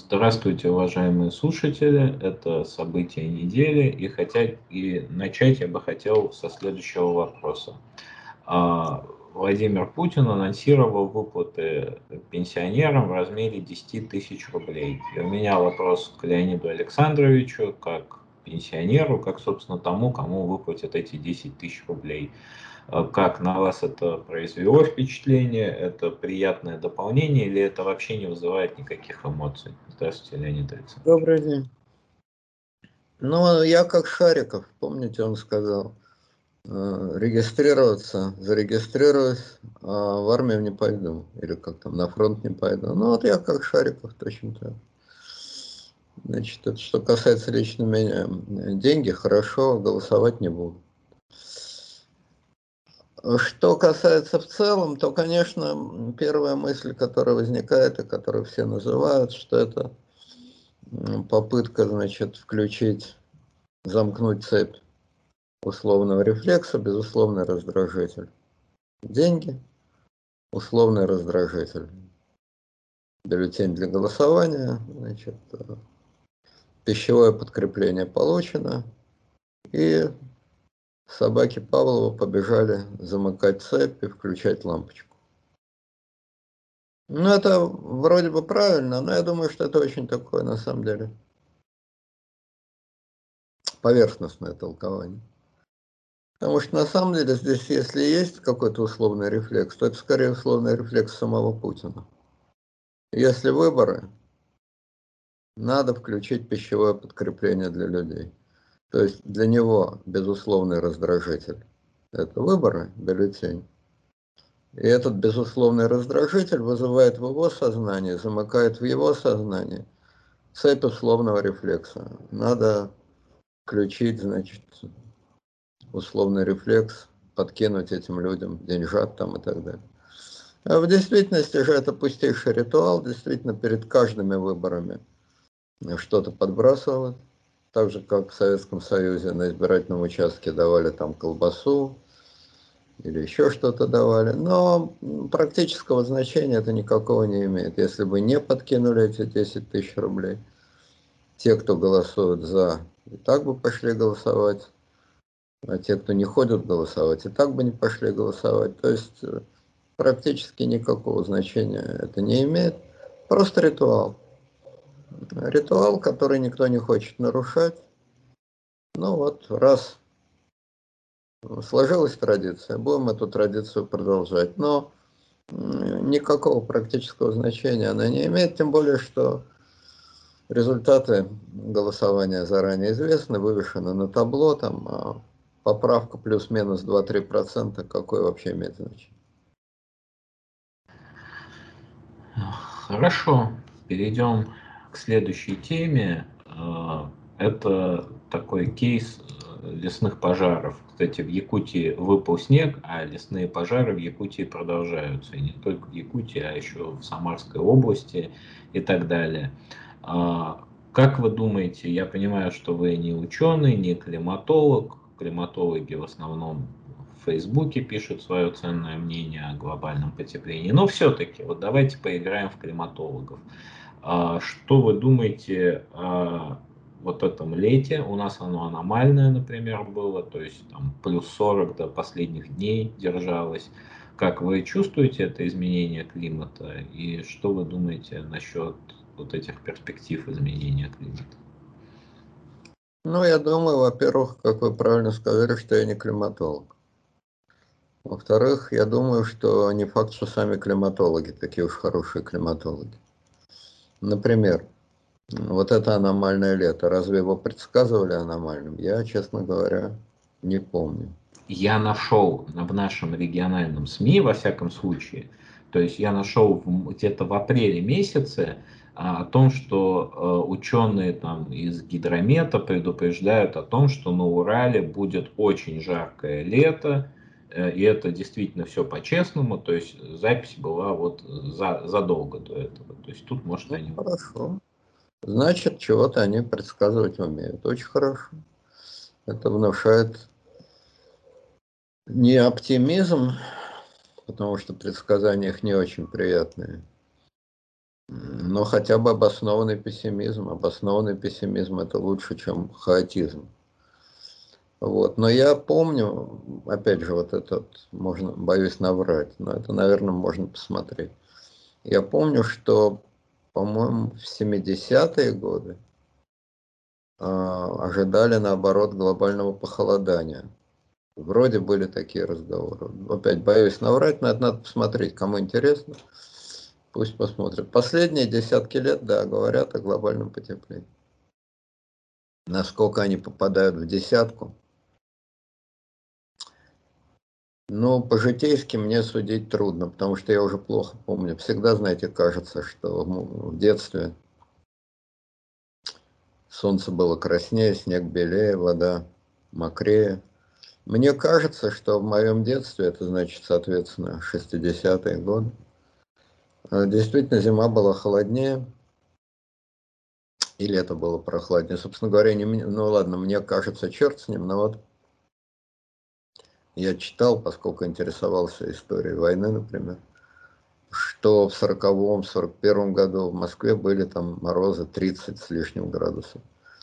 Здравствуйте, уважаемые слушатели. Это события недели. И начать я бы хотел со следующего вопроса. Владимир Путин анонсировал выплаты пенсионерам в размере 10 тысяч рублей. И у меня вопрос к Леониду Александровичу, как пенсионеру, как, собственно, тому, кому выплатят эти 10 тысяч рублей. Как на вас это произвело впечатление? Это приятное дополнение или это вообще не вызывает никаких эмоций? Здравствуйте, Леонид Александрович. Добрый день. Ну, я как Шариков, помните, он сказал, регистрироваться, зарегистрируюсь, а в армию не пойду, или как там, на фронт не пойду. Ну, вот я как Шариков, точно так. Значит, это что касается лично меня. Деньги хорошо, голосовать не буду. Что касается в целом, то, конечно, первая мысль, которая возникает, и которую все называют, что это попытка, значит, замкнуть цепь условного рефлекса, безусловный раздражитель. Деньги, условный раздражитель. Бюллетень для голосования, значит, пищевое подкрепление получено, и собаки Павлова побежали замыкать цепь и включать лампочку. Ну, это вроде бы правильно, но я думаю, что это очень такое, на самом деле, поверхностное толкование. Потому что на самом деле здесь, если есть какой-то условный рефлекс, то это скорее условный рефлекс самого Путина. Если выборы, надо включить пищевое подкрепление для людей. То есть для него безусловный раздражитель – это выборы, бюллетень. И этот безусловный раздражитель вызывает в его сознании, замыкает в его сознании цепь условного рефлекса. Надо включить, значит, условный рефлекс, подкинуть этим людям деньжат там и так далее. А в действительности же это пустейший ритуал, действительно перед каждыми выборами что-то подбрасывалось. Так же, как в Советском Союзе на избирательном участке давали там колбасу или еще что-то давали. Но практического значения это никакого не имеет. Если бы не подкинули эти 10 тысяч рублей, те, кто голосуют за, и так бы пошли голосовать, а те, кто не ходят голосовать, и так бы не пошли голосовать. То есть практически никакого значения это не имеет. Просто ритуал. Ритуал, который никто не хочет нарушать. Ну вот, раз сложилась традиция, будем эту традицию продолжать. Но никакого практического значения она не имеет, тем более, что результаты голосования заранее известны, вывешены на табло, там поправка плюс-минус 2-3%, какое вообще имеет значение? Хорошо, перейдем к следующей теме. Это такой кейс лесных пожаров. Кстати, в Якутии выпал снег, а лесные пожары в Якутии продолжаются. И не только в Якутии, а еще в Самарской области и так далее. Как вы думаете, я понимаю, что вы не ученый, не климатолог. Климатологи в основном в Фейсбуке пишут свое ценное мнение о глобальном потеплении. Но все-таки, вот давайте поиграем в климатологов. Что вы думаете о вот этом лете? У нас оно аномальное, например, было, то есть там плюс 40 до последних дней держалось. Как вы чувствуете это изменение климата и что вы думаете насчет вот этих перспектив изменения климата? Ну, я думаю, во-первых, как вы правильно сказали, что я не климатолог. Во-вторых, я думаю, что не факт, что сами климатологи такие уж хорошие климатологи. Например, вот это аномальное лето, разве его предсказывали аномальным? Я, честно говоря, не помню. Я нашел в нашем региональном СМИ, во всяком случае, то есть я нашел где-то в апреле месяце о том, что ученые там из гидромета предупреждают о том, что на Урале будет очень жаркое лето, и это действительно все по-честному, то есть запись была вот задолго до этого. То есть тут, может, Ну, они... хорошо. Значит, чего-то они предсказывать умеют. Очень хорошо. Это внушает не оптимизм, потому что предсказания их не очень приятные, Но хотя бы обоснованный пессимизм. Обоснованный пессимизм это лучше, чем хаотизм. Вот. Но я помню, опять же, вот этот, можно, боюсь наврать, но это, наверное, можно посмотреть. Я помню, что, по-моему, в 70-е годы ожидали, наоборот, глобального похолодания. Вроде были такие разговоры. Опять боюсь наврать, но это надо посмотреть, кому интересно. Пусть посмотрят. Последние десятки лет, да, говорят о глобальном потеплении. Насколько они попадают в десятку? Ну, по-житейски мне судить трудно, потому что я уже плохо помню. Всегда, знаете, кажется, что в детстве солнце было краснее, снег белее, вода мокрее. Мне кажется, что в моем детстве, это значит, соответственно, 60-е годы, действительно зима была холоднее, и лето было прохладнее. Собственно говоря, не мне, ну ладно, мне кажется, черт с ним, но вот я читал, поскольку интересовался историей войны, например, что в 40-м, 41-м году в Москве были там морозы 30 с лишним градусов.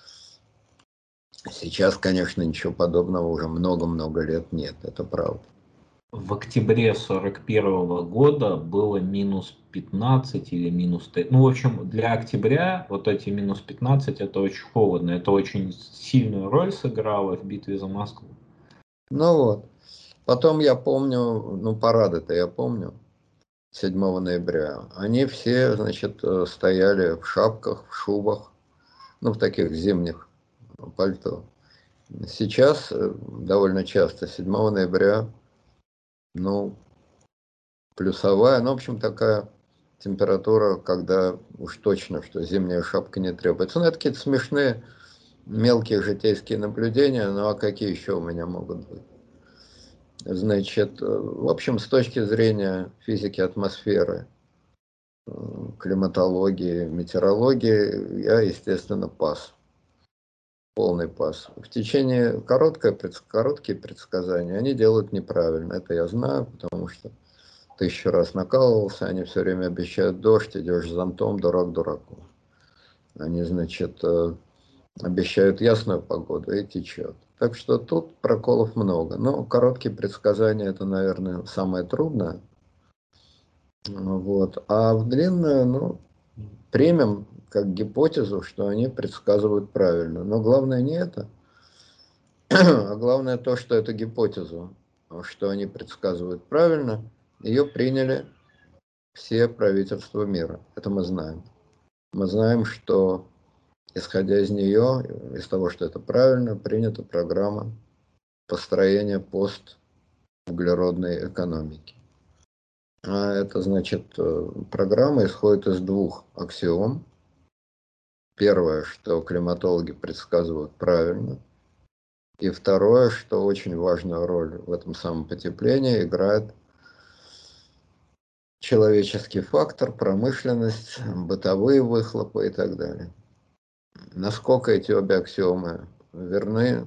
Сейчас, конечно, ничего подобного уже много-много лет нет, это правда. В октябре 41 года было минус 15 или минус 3. Ну, в общем, для октября вот эти минус 15 это очень холодно. Это очень сильную роль сыграло в битве за Москву. Ну вот. Потом я помню, ну парады-то я помню, 7 ноября. Они все, значит, стояли в шапках, в шубах, ну в таких зимних пальто. Сейчас довольно часто 7 ноября, ну, плюсовая, ну, в общем, такая температура, когда уж точно, что зимняя шапка не требуется. Ну, это какие-то смешные, мелкие житейские наблюдения, ну, а какие еще у меня могут быть? Значит, в общем, с точки зрения физики атмосферы, климатологии, метеорологии, я, естественно, пас. Полный пас. В течение короткие предсказания они делают неправильно. Это я знаю, потому что 1000 раз накалывался, они все время обещают дождь, идешь с зонтом, дурак дураку. Они, значит, обещают ясную погоду и течет. Так что тут проколов много. Но короткие предсказания это, наверное, самое трудное. Вот. А в длинную, ну, примем как гипотезу, что они предсказывают правильно. Но главное не это, а главное то, что эту гипотезу, что они предсказывают правильно, ее приняли все правительства мира. Это мы знаем. Мы знаем, что, исходя из нее, из того, что это правильно, принята программа построения постуглеродной экономики. А это значит, программа исходит из двух аксиом. Первое, что климатологи предсказывают правильно. И второе, что очень важную роль в этом самом потеплении играет человеческий фактор, промышленность, бытовые выхлопы и так далее. Насколько эти обе аксиомы верны,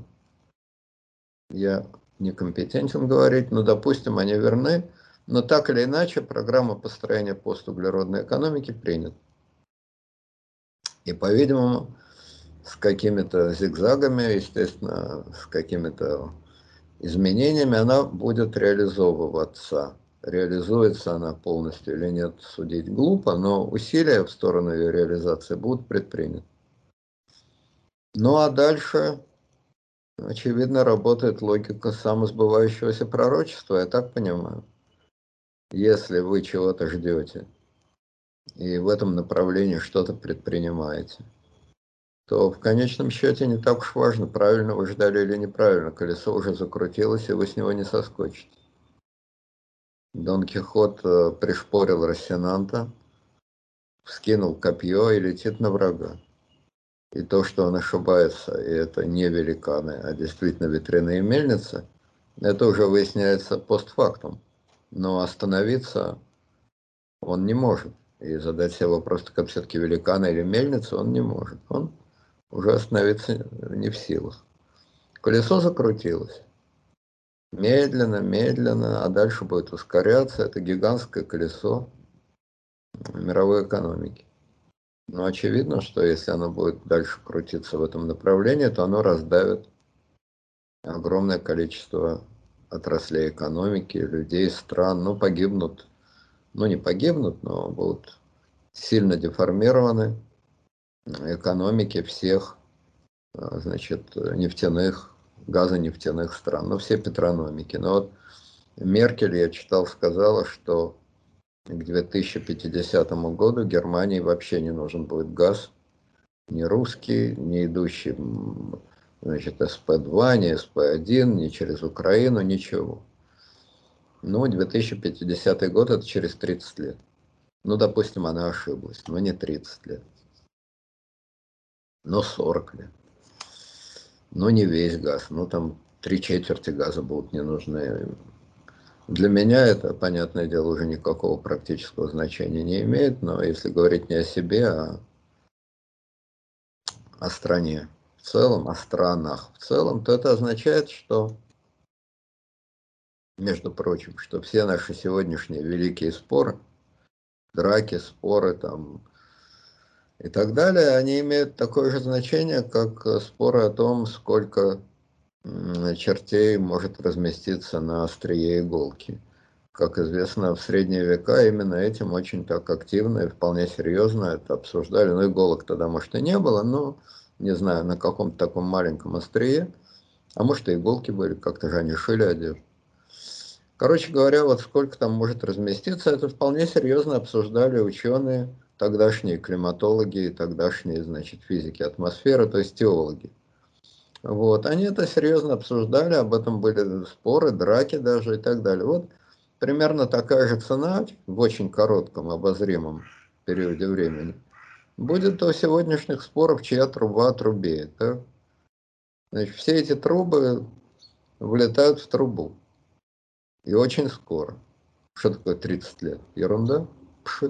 я некомпетентен говорить, но, допустим, они верны, но так или иначе программа построения постуглеродной экономики принята. И, по-видимому, с какими-то зигзагами, естественно, с какими-то изменениями она будет реализовываться. Реализуется она полностью или нет, судить глупо, но усилия в сторону ее реализации будут предприняты. Ну а дальше, очевидно, работает логика самосбывающегося пророчества, я так понимаю. Если вы чего-то ждете и в этом направлении что-то предпринимаете, то в конечном счете не так уж важно, правильно вы ждали или неправильно. Колесо уже закрутилось, и вы с него не соскочите. Дон Кихот пришпорил Росинанта, вскинул копье и летит на врага. И то, что он ошибается, и это не великаны, а действительно ветряные мельницы, это уже выясняется постфактум. Но остановиться он не может. И задать себе вопрос, так это все-таки великаны или мельница, он не может. Он уже остановиться не в силах. Колесо закрутилось. Медленно, медленно, а дальше будет ускоряться. Это гигантское колесо. мировой экономики. Но очевидно, что если оно будет дальше крутиться в этом направлении, то оно раздавит огромное количество отраслей экономики, людей, стран, ну, погибнут, ну, не погибнут, но будут сильно деформированы экономики всех, значит, нефтяных, газонефтяных стран, ну, все петрономики. Но вот Меркель, я читал, сказала, что к 2050 году Германии вообще не нужен будет газ, ни русский, ни идущий, значит, СП-2, ни СП-1, ни через Украину, ничего. Ну, 2050 год это через 30 лет. Ну, допустим, она ошиблась, но не 30 лет, но 40 лет. Но не весь газ, ну там 3/4 газа будут не нужны. Для меня это, понятное дело, уже никакого практического значения не имеет, но если говорить не о себе, а о стране в целом, о странах в целом, то это означает, что, между прочим, что все наши сегодняшние великие споры, драки, споры там и так далее, они имеют такое же значение, как споры о том, сколько чертей может разместиться на острие иголки. Как известно, в средние века именно этим очень так активно и вполне серьезно это обсуждали. Ну, иголок тогда, может, и не было, но, не знаю, на каком-то таком маленьком острие. А может, и иголки были, как-то же они шили одежду. Короче говоря, вот сколько там может разместиться, это вполне серьезно обсуждали ученые, тогдашние климатологи, тогдашние, значит, физики атмосферы, то есть теологи. Вот, они это серьезно обсуждали, об этом были споры, драки даже и так далее. Вот примерно такая же цена в очень коротком обозримом периоде времени будет у сегодняшних споров, чья труба трубеет. Да? Значит, все эти трубы влетают в трубу. И очень скоро. Что такое 30 лет? Ерунда? Пши.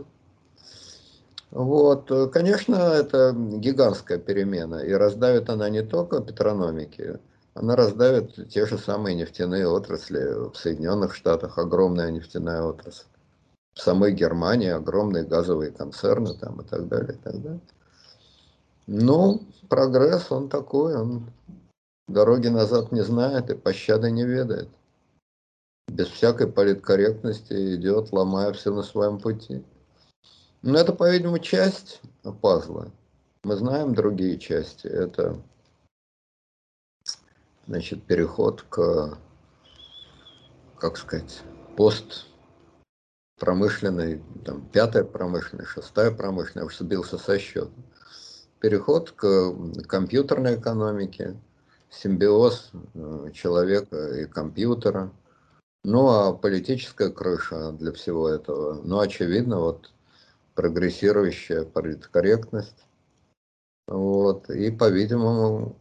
Вот, конечно, это гигантская перемена, и раздавит она не только петрономики, она раздавит те же самые нефтяные отрасли в Соединенных Штатах, огромная нефтяная отрасль. В самой Германии огромные газовые концерны там и так далее, и так далее. Ну, прогресс, он такой, он дороги назад не знает и пощады не ведает. Без всякой политкорректности идет, ломая все на своем пути. Но это, по-видимому, часть пазла. Мы знаем другие части. Это, значит, переход к, как сказать, постпромышленной, там, пятая промышленная, шестая промышленная, я уж сбился со счета. Переход к компьютерной экономике, симбиоз человека и компьютера. Ну, а политическая крыша для всего этого, ну, очевидно, вот прогрессирующая политкорректность. Вот, и, по-видимому,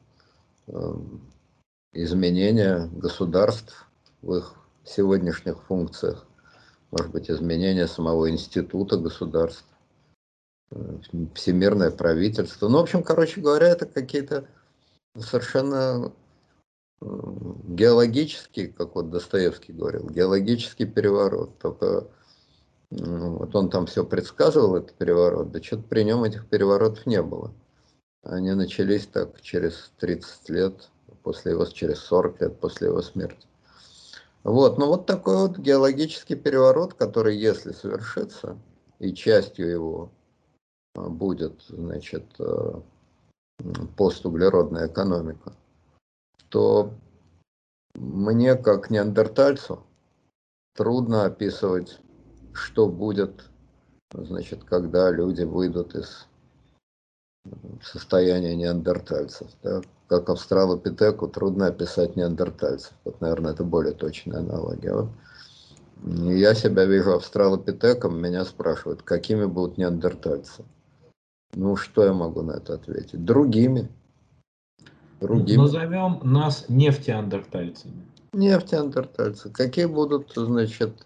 изменения государств в их сегодняшних функциях, может быть, изменение самого института государств, всемирное правительство. Ну, в общем, короче говоря, это какие-то совершенно геологический, как вот Достоевский говорил, геологический переворот. Только вот он там все предсказывал, этот переворот, да что-то при нем этих переворотов не было. Они начались так через 30 лет, после его, через 40 лет после его смерти. Вот, ну вот такой вот геологический переворот, который, если совершится, и частью его будет, значит, постуглеродная экономика, то мне, как неандертальцу, трудно описывать, что будет, значит, когда люди выйдут из состояния неандертальцев. Да? Как австралопитеку трудно описать неандертальцев. Вот, наверное, это более точная аналогия. Вот. Я себя вижу австралопитеком, меня спрашивают, какими будут неандертальцы. Ну, что я могу на это ответить? Другими. Назовем нас нефтеандертальцами. Нефтеандертальцы. Какие будут, значит,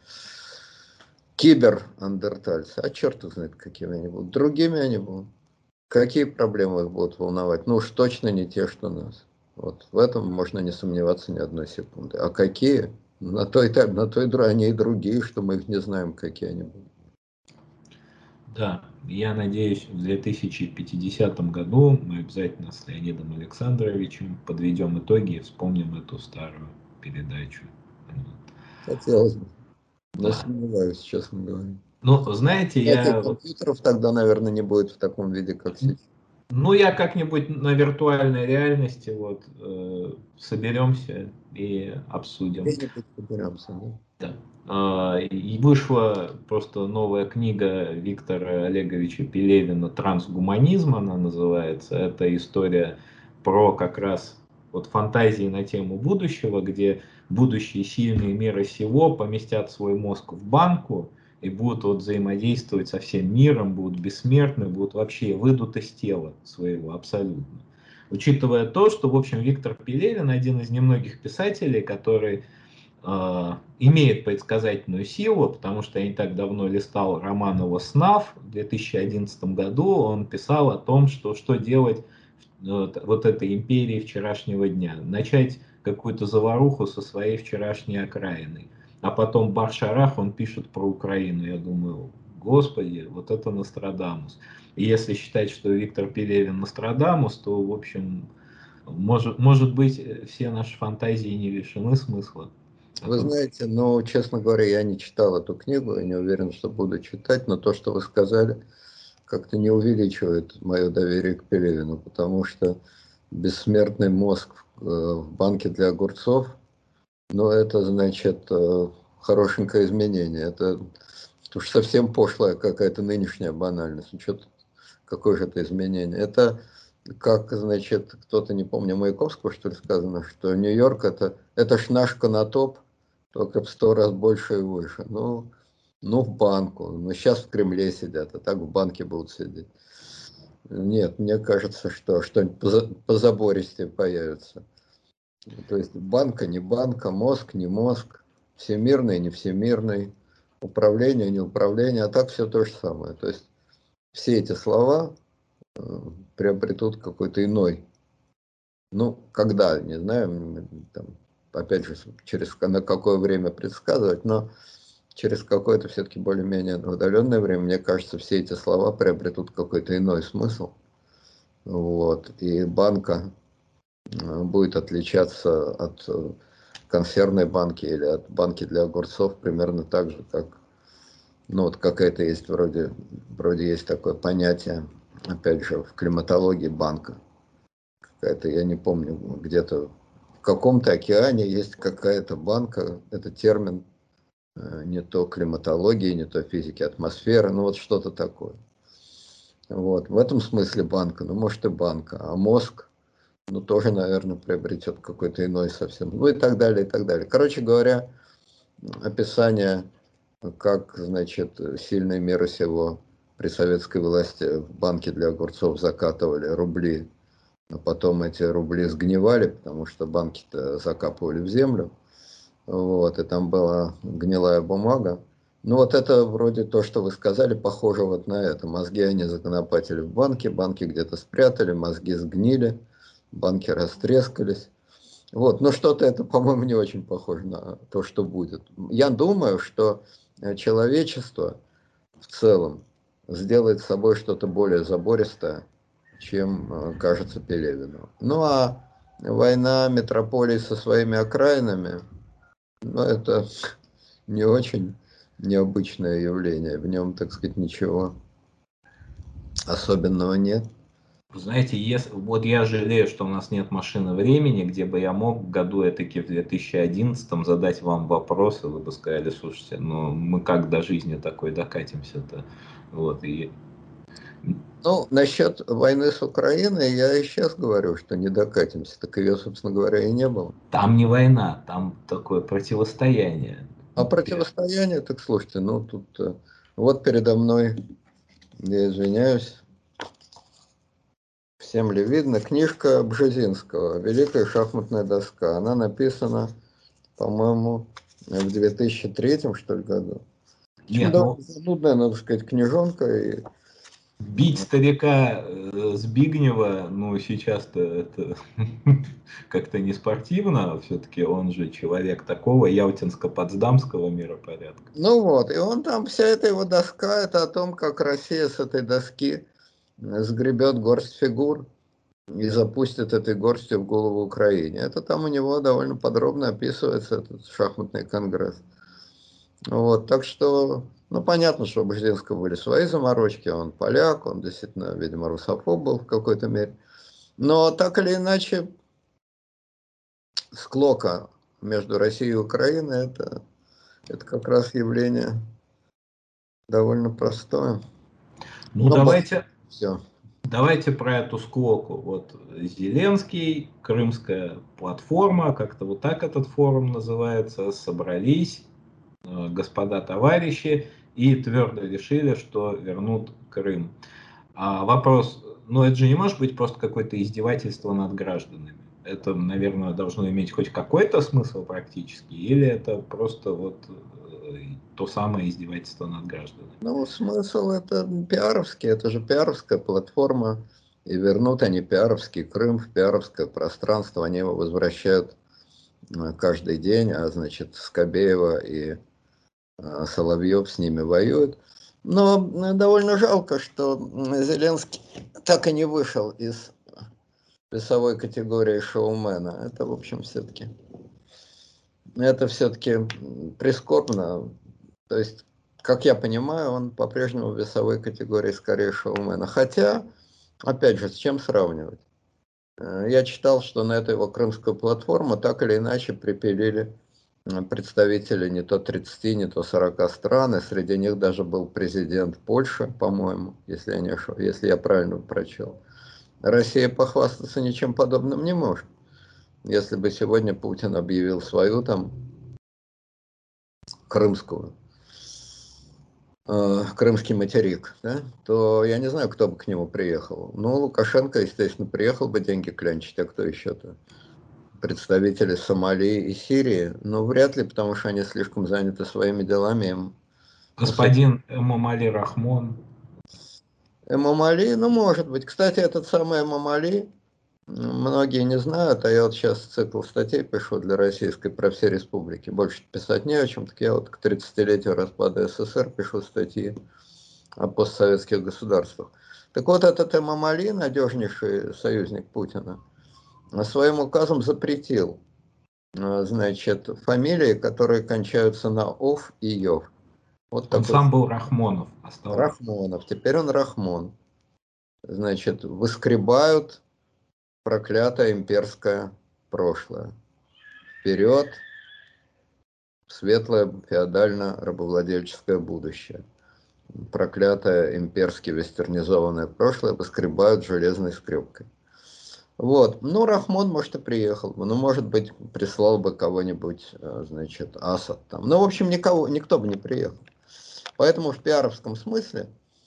киберандертальцы? А черт их знает, какими они будут. Другими они будут. Какие проблемы их будут волновать? Ну уж точно не те, что нас. Вот в этом можно не сомневаться ни одной секунды. А какие? На то и так, на то и они и другие, что мы их не знаем, какие они будут. Да, я надеюсь, в 2050 году мы обязательно с Леонидом Александровичем подведем итоги и вспомним эту старую передачу. Вот. Хотелось бы, но Да. сомневаюсь, честно говоря. Ну, знаете, Кстати, я вот, компьютеров тогда, наверное, не будет в таком виде, как сейчас. ну, я как-нибудь на виртуальной реальности вот соберемся и обсудим. Где-нибудь соберемся, да? Да. И вышла просто новая книга Виктора Олеговича Пелевина «Трансгуманизм», она называется. Это история про как раз вот фантазии на тему будущего, где будущие сильные мира сего поместят свой мозг в банку и будут вот взаимодействовать со всем миром, будут бессмертны, будут вообще выйдут из тела своего абсолютно. Учитывая то, что, в общем, Виктор Пелевин один из немногих писателей, который имеет предсказательную силу, потому что я не так давно листал Романова «Снав». В 2011 году он писал о том, что делать вот этой империи вчерашнего дня. Начать какую-то заваруху со своей вчерашней окраиной. А потом Бах-Шарах он пишет про Украину. Я думаю, господи, вот это Нострадамус. И если считать, что Виктор Пелевин Нострадамус, то, в общем, может быть, все наши фантазии не лишены смысла. А Вы тут знаете, ну, честно говоря, я не читал эту книгу и не уверен, что буду читать, но то, что вы сказали, как-то не увеличивает мое доверие к Пелевину, потому что бессмертный мозг в банке для огурцов, ну, это, значит, хорошенькое изменение. Это уж совсем пошлая какая-то нынешняя банальность. Ну, что какое же это изменение? Это как, значит, кто-то, не помню, Маяковского, что ли, сказано, что Нью-Йорк это ж наш Конотоп, только в 100 раз больше и выше. Ну, в банку. Ну, сейчас в Кремле сидят, а так в банке будут сидеть. Нет, мне кажется, что что-нибудь позабористее появится. То есть банка, не банка, мозг, не мозг, всемирный, не всемирный, управление, не управление, а так все то же самое. То есть все эти слова приобретут какой-то иной. Ну, когда, не знаю, там, опять же, на какое время предсказывать, но через какое-то все-таки более-менее удаленное время, мне кажется, все эти слова приобретут какой-то иной смысл. Вот. И банка будет отличаться от консервной банки или от банки для огурцов примерно так же, как, ну, вот какая-то есть вроде есть такое понятие, опять же, в климатологии банка. Какая-то, я не помню, где-то в каком-то океане есть какая-то банка, это термин не то климатологии, не то физики атмосферы, ну вот что-то такое. Вот, в этом смысле банка, ну может и банка, а мозг, ну тоже, наверное, приобретет какой-то иной совсем, ну и так далее, и так далее. Короче говоря, описание, как, значит, сильные меры сего при советской власти в банке для огурцов закатывали рубли, а потом эти рубли сгнивали, потому что банки-то закапывали в землю, вот, и там была гнилая бумага. Ну вот это вроде то, что вы сказали, похоже вот на это. Мозги они законопатили в банке, банки где-то спрятали, мозги сгнили, банки растрескались. Вот, но что-то это, по-моему, не очень похоже на то, что будет. Я думаю, что человечество в целом сделает с собой что-то более забористое, чем кажется Пелевину. Ну а война метрополий со своими окраинами, ну это не очень необычное явление. В нем, так сказать, ничего особенного нет. знаете, вот я жалею, что у нас нет машины времени, где бы я мог году этаки в 2011 задать вам вопрос, и вы бы сказали, слушайте, ну мы как до жизни такой докатимся-то? Вот, и Ну, насчет войны с Украиной я и сейчас говорю, что не докатимся. Так ее, собственно говоря, и не было. там не война, там такое противостояние. А противостояние, так слушайте, ну тут вот передо мной, я извиняюсь, всем ли видно, книжка Бжезинского «Великая шахматная доска». Она написана, по-моему, в 2003, что ли, году. В общем, Нет, довольно ну занудная, надо сказать, книжонка. И Бить старика Збигнева, ну, сейчас-то это как-то не спортивно, все-таки он же человек такого ялтинско-потсдамского миропорядка. Ну вот, и он там, вся эта его доска, это о том, как Россия с этой доски сгребет горсть фигур и запустит этой горстью в голову Украине. Это там у него довольно подробно описывается, этот шахматный конгресс. Вот, так что, ну, понятно, что у Бжезинского были свои заморочки, он поляк, он действительно, видимо, русофоб был в какой-то мере. Но так или иначе, склока между Россией и Украиной, это как раз явление довольно простое. Ну, Но давайте, все. давайте про эту склоку. Вот Зеленский, Крымская платформа, как-то вот так этот форум называется, собрались господа товарищи и твердо решили, что вернут Крым. А вопрос, ну это же не может быть просто какое-то издевательство над гражданами. Это, наверное, должно иметь хоть какой-то смысл практически, или это просто вот то самое издевательство над гражданами. Ну, смысл это пиаровский, это же пиаровская платформа, и вернут они пиаровский Крым в пиаровское пространство, они его возвращают каждый день, а значит Скобеева и Соловьев с ними воюют. Но довольно жалко, что Зеленский так и не вышел из весовой категории шоумена. Это все-таки прискорбно. То есть, как я понимаю, он по-прежнему в весовой категории скорее шоумена. Хотя, опять же, с чем сравнивать? Я читал, что на эту его крымскую платформу так или иначе припилили представители не то 30, не то 40 стран, и среди них даже был президент Польши, по-моему, если я не ошибаюсь, если я правильно прочел. Россия похвастаться ничем подобным не может. Если бы сегодня Путин объявил свою там крымскую, крымский материк, да, то я не знаю, кто бы к нему приехал. Ну, Лукашенко, естественно, приехал бы деньги клянчить, а кто еще-то? Представители Сомали и Сирии, но вряд ли, потому что они слишком заняты своими делами. Им с этим Господин Эмомали Рахмон. Эмомали, ну, может быть. Кстати, этот самый Эмомали, многие не знают, а я вот сейчас цикл статей пишу для российской про все республики. Больше писать не о чем, так я вот к 30-летию распада СССР пишу статьи о постсоветских государствах. Так вот, этот Эмомали, надежнейший союзник Путина, своим указом запретил, значит, фамилии, которые кончаются на ов и ев. Вот Он такой сам был Рахмонов, а стал Рахмон. Рахмонов. Теперь он Рахмон. Значит, выскребают проклятое имперское прошлое. Вперед в светлое феодально-рабовладельческое будущее. Проклятое имперски вестернизованное прошлое выскребают железной скребкой. Вот. Ну, Рахмон, может, и приехал бы. Ну, может быть, прислал бы кого-нибудь, значит, Асад там. Ну, в общем, никто бы не приехал. Поэтому в пиаровском смысле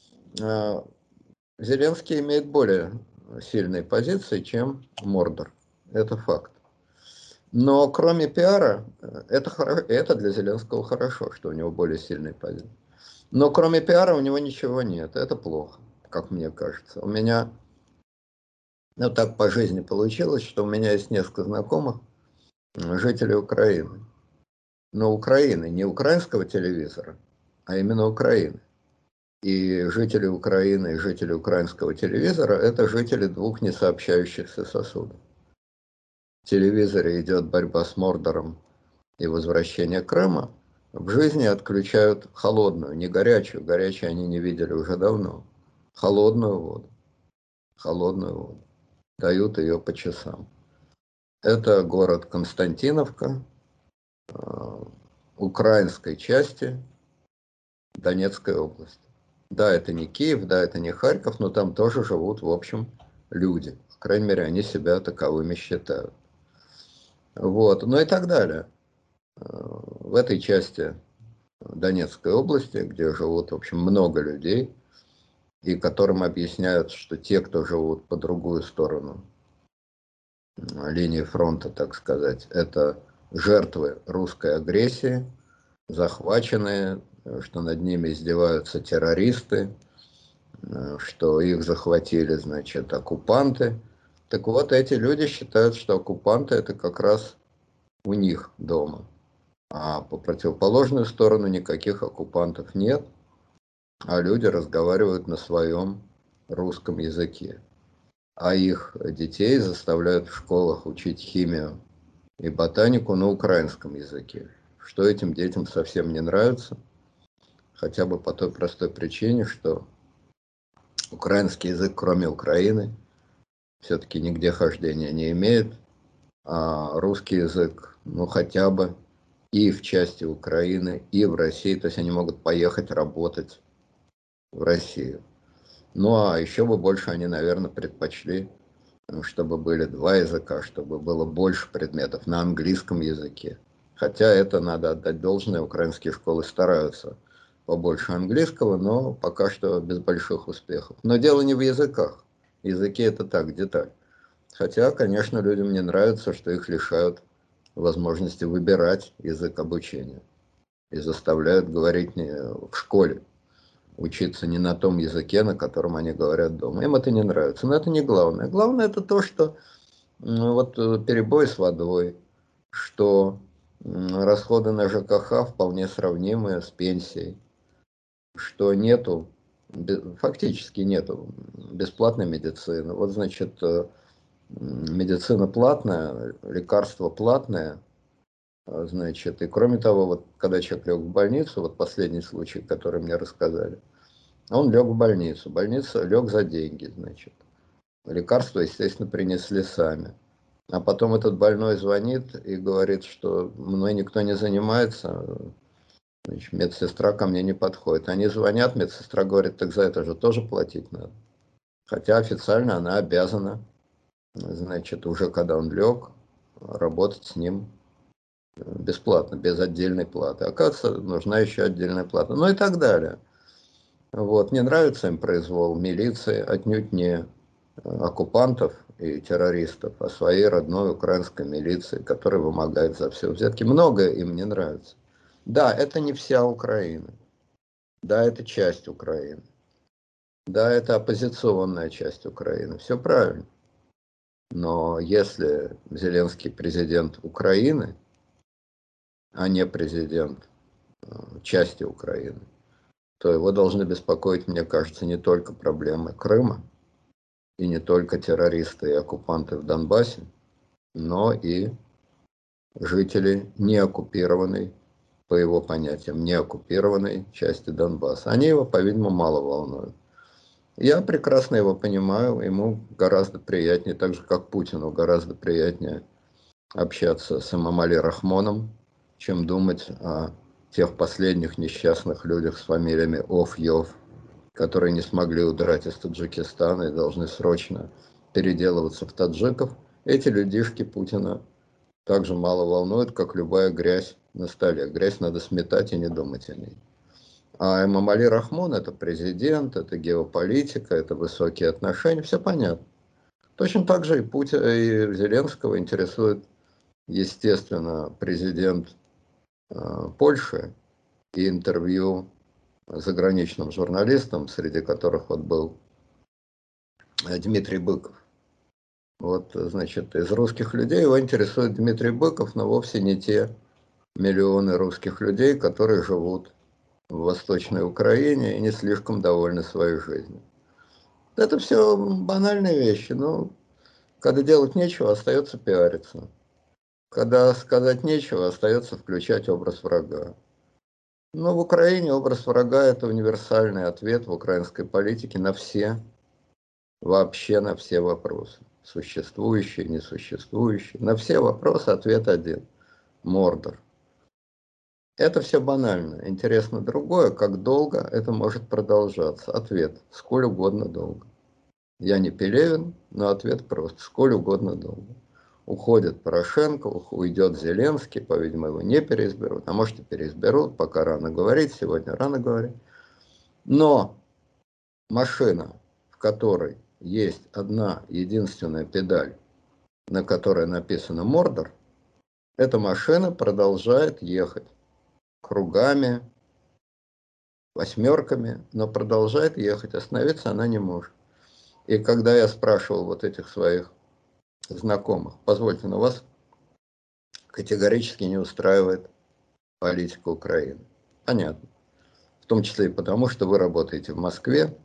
Зеленский имеет более сильные позиции, чем Мордор. Это факт. Но кроме пиара, это для Зеленского хорошо, что у него более сильные позиции. Но кроме пиара у него ничего нет. Это плохо, как мне кажется. У меня, ну так по жизни получилось, что у меня есть несколько знакомых, жителей Украины. Но Украины, не украинского телевизора, а именно Украины. И жители Украины и жители украинского телевизора – это жители двух несообщающихся сосудов. В телевизоре идет борьба с Мордором и возвращение Крыма. В жизни отключают холодную, не горячую, горячую они не видели уже давно, холодную воду, холодную воду. Дают ее по часам. Это город Константиновка, украинской части Донецкой области. Да, это не Киев, да, это не Харьков, но там тоже живут, в общем, люди. По крайней мере, они себя таковыми считают. Вот, ну и так далее. В этой части Донецкой области, где живут, в общем, много людей, и которым объясняют, что те, кто живут по другую сторону линии фронта, так сказать, это жертвы русской агрессии, захваченные, что над ними издеваются террористы, что их захватили, значит, оккупанты. Так вот, эти люди считают, что оккупанты это как раз у них дома. А по противоположную сторону никаких оккупантов нет, а люди разговаривают на своем русском языке. А их детей заставляют в школах учить химию и ботанику на украинском языке, что этим детям совсем не нравится, хотя бы по той простой причине, что украинский язык, кроме Украины, все-таки нигде хождения не имеет, а русский язык, ну хотя бы и в части Украины, и в России, то есть они могут поехать работать в Россию. Ну а еще бы больше они, наверное, предпочли, чтобы были два языка, чтобы было больше предметов на английском языке. Хотя это надо отдать должное, украинские школы стараются побольше английского, но пока что без больших успехов. Но дело не в языках. Языки это так, деталь. Хотя, конечно, людям не нравится, что их лишают возможности выбирать язык обучения и заставляют говорить в школе, учиться не на том языке, на котором они говорят дома. Им это не нравится, но это не главное. Главное это то, что вот перебой с водой, что расходы на ЖКХ вполне сравнимы с пенсией, что нету, фактически нету бесплатной медицины. Вот, значит, медицина платная, лекарства платные, значит, и кроме того, вот когда человек лег в больницу, вот последний случай, который мне рассказали, он лег в больницу, больница лег за деньги, значит, лекарства, естественно, принесли сами. А потом этот больной звонит и говорит, что мной никто не занимается, значит, медсестра ко мне не подходит. Они звонят, медсестра говорит, так за это же тоже платить надо. Хотя официально она обязана, значит, уже когда он лег, работать с ним бесплатно, без отдельной платы. Оказывается, нужна еще отдельная плата. Ну и так далее. Вот. Не нравится им произвол милиции, отнюдь не оккупантов и террористов, а своей родной украинской милиции, которая вымогает за все взятки. Многое им не нравится. Да, это не вся Украина. Да, это часть Украины. Да, это оппозиционная часть Украины. Все правильно. Но если Зеленский президент Украины, а не президент части Украины, то его должны беспокоить, мне кажется, не только проблемы Крыма и не только террористы и оккупанты в Донбассе, но и жители неоккупированной, по его понятиям, неоккупированной части Донбасса. Они его, по-видимому, мало волнуют. Я прекрасно его понимаю, ему гораздо приятнее, так же как Путину, гораздо приятнее общаться с Эмомали Рахмоном, чем думать о тех последних несчастных людях с фамилиями Оф-Йов, которые не смогли удрать из Таджикистана и должны срочно переделываться в таджиков. Эти людишки Путина также мало волнуют, как любая грязь на столе. Грязь надо сметать и не думать о ней. А Эмомали Рахмон это президент, это геополитика, это высокие отношения, все понятно. Точно так же и Путин, и Зеленского интересует, естественно, президент Польши и интервью заграничным журналистам, среди которых вот был Дмитрий Быков. Вот, значит, из русских людей его интересует Дмитрий Быков, но вовсе не те миллионы русских людей, которые живут в Восточной Украине и не слишком довольны своей жизнью. Это все банальные вещи, но когда делать нечего, остается пиариться. Когда сказать нечего, остается включать образ врага. Но в Украине образ врага – это универсальный ответ в украинской политике на все, вообще на все вопросы. Существующие, несуществующие. На все вопросы ответ один – Мордор. Это все банально. Интересно другое, как долго это может продолжаться. Ответ – сколь угодно долго. Я не Пелевин, но ответ прост – сколь угодно долго. Уходит Порошенко, уйдет Зеленский, по-видимому, его не переизберут, а может и переизберут, пока рано говорить, сегодня рано говорить. Но машина, в которой есть одна единственная педаль, на которой написано Мордор, эта машина продолжает ехать кругами восьмерками, но продолжает ехать, остановиться она не может. И когда я спрашивал вот этих своих знакомых, позвольте, но вас категорически не устраивает политика Украины. Понятно. В том числе и потому, что вы работаете в Москве,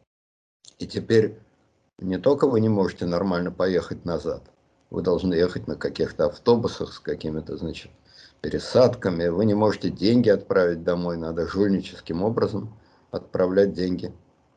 и теперь не только вы не можете нормально поехать назад, вы должны ехать на каких-то автобусах с какими-то, значит, пересадками, вы не можете деньги отправить домой, надо жульническим образом отправлять деньги,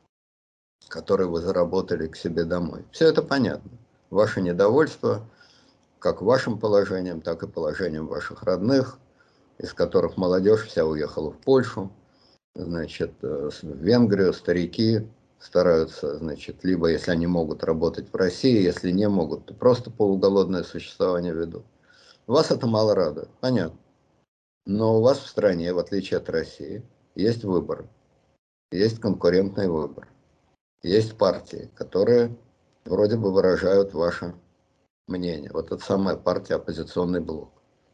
которые вы заработали, к себе домой. Все это понятно. Ваше недовольство как вашим положением, так и положением ваших родных, из которых молодежь вся уехала в Польшу, значит, в Венгрию, старики стараются, значит, либо, если они могут, работать в России, если не могут, то просто полуголодное существование ведут. Вас это мало радует, понятно. Но у вас в стране, в отличие от России, есть выборы, есть конкурентный выбор, есть партии, которые вроде бы выражают ваше мнение. Вот эта самая партия «Оппозиционный блок».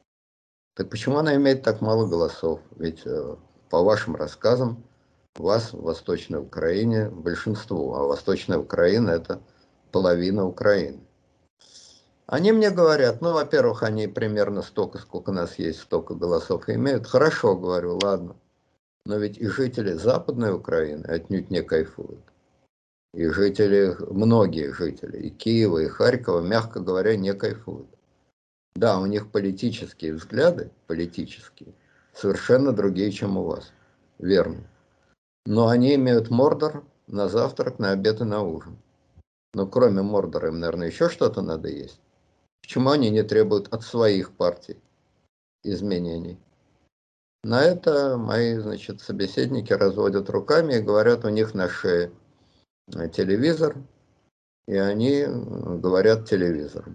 Так почему она имеет так мало голосов? Ведь по вашим рассказам вас в Восточной Украине большинство, а Восточная Украина это половина Украины. Они мне говорят, ну, во-первых, они примерно столько, сколько нас есть, столько голосов имеют. Хорошо, говорю, ладно. Но ведь и жители Западной Украины отнюдь не кайфуют. И жители, многие жители, и Киева, и Харькова, мягко говоря, не кайфуют. Да, у них политические взгляды, политические, совершенно другие, чем у вас. Верно. Но они имеют Мордор на завтрак, на обед и на ужин. Но кроме Мордора им, наверное, еще что-то надо есть. Почему они не требуют от своих партий изменений? На это мои, значит, собеседники разводят руками и говорят, у них на шее телевизор, и они говорят телевизором.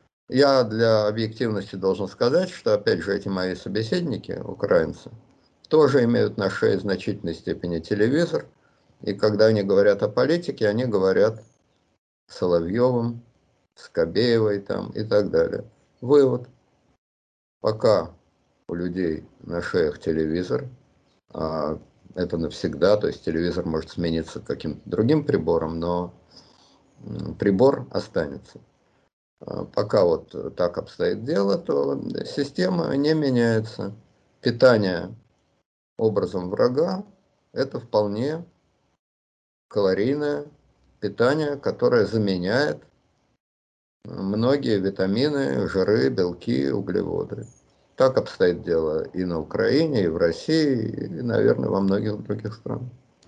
Я для объективности должен сказать, что, опять же, эти мои собеседники, украинцы, тоже имеют на шее в значительной степени телевизор, и когда они говорят о политике, они говорят Соловьевым, Скобеевой там и так далее. Вывод. Пока у людей на шеях телевизор, а это навсегда, то есть телевизор может смениться каким-то другим прибором, но прибор останется. Пока вот так обстоит дело, то система не меняется. Питание образом врага – это вполне калорийное питание, которое заменяет многие витамины, жиры, белки, углеводы. Так обстоит дело и на Украине, и в России, и, наверное, во многих других странах.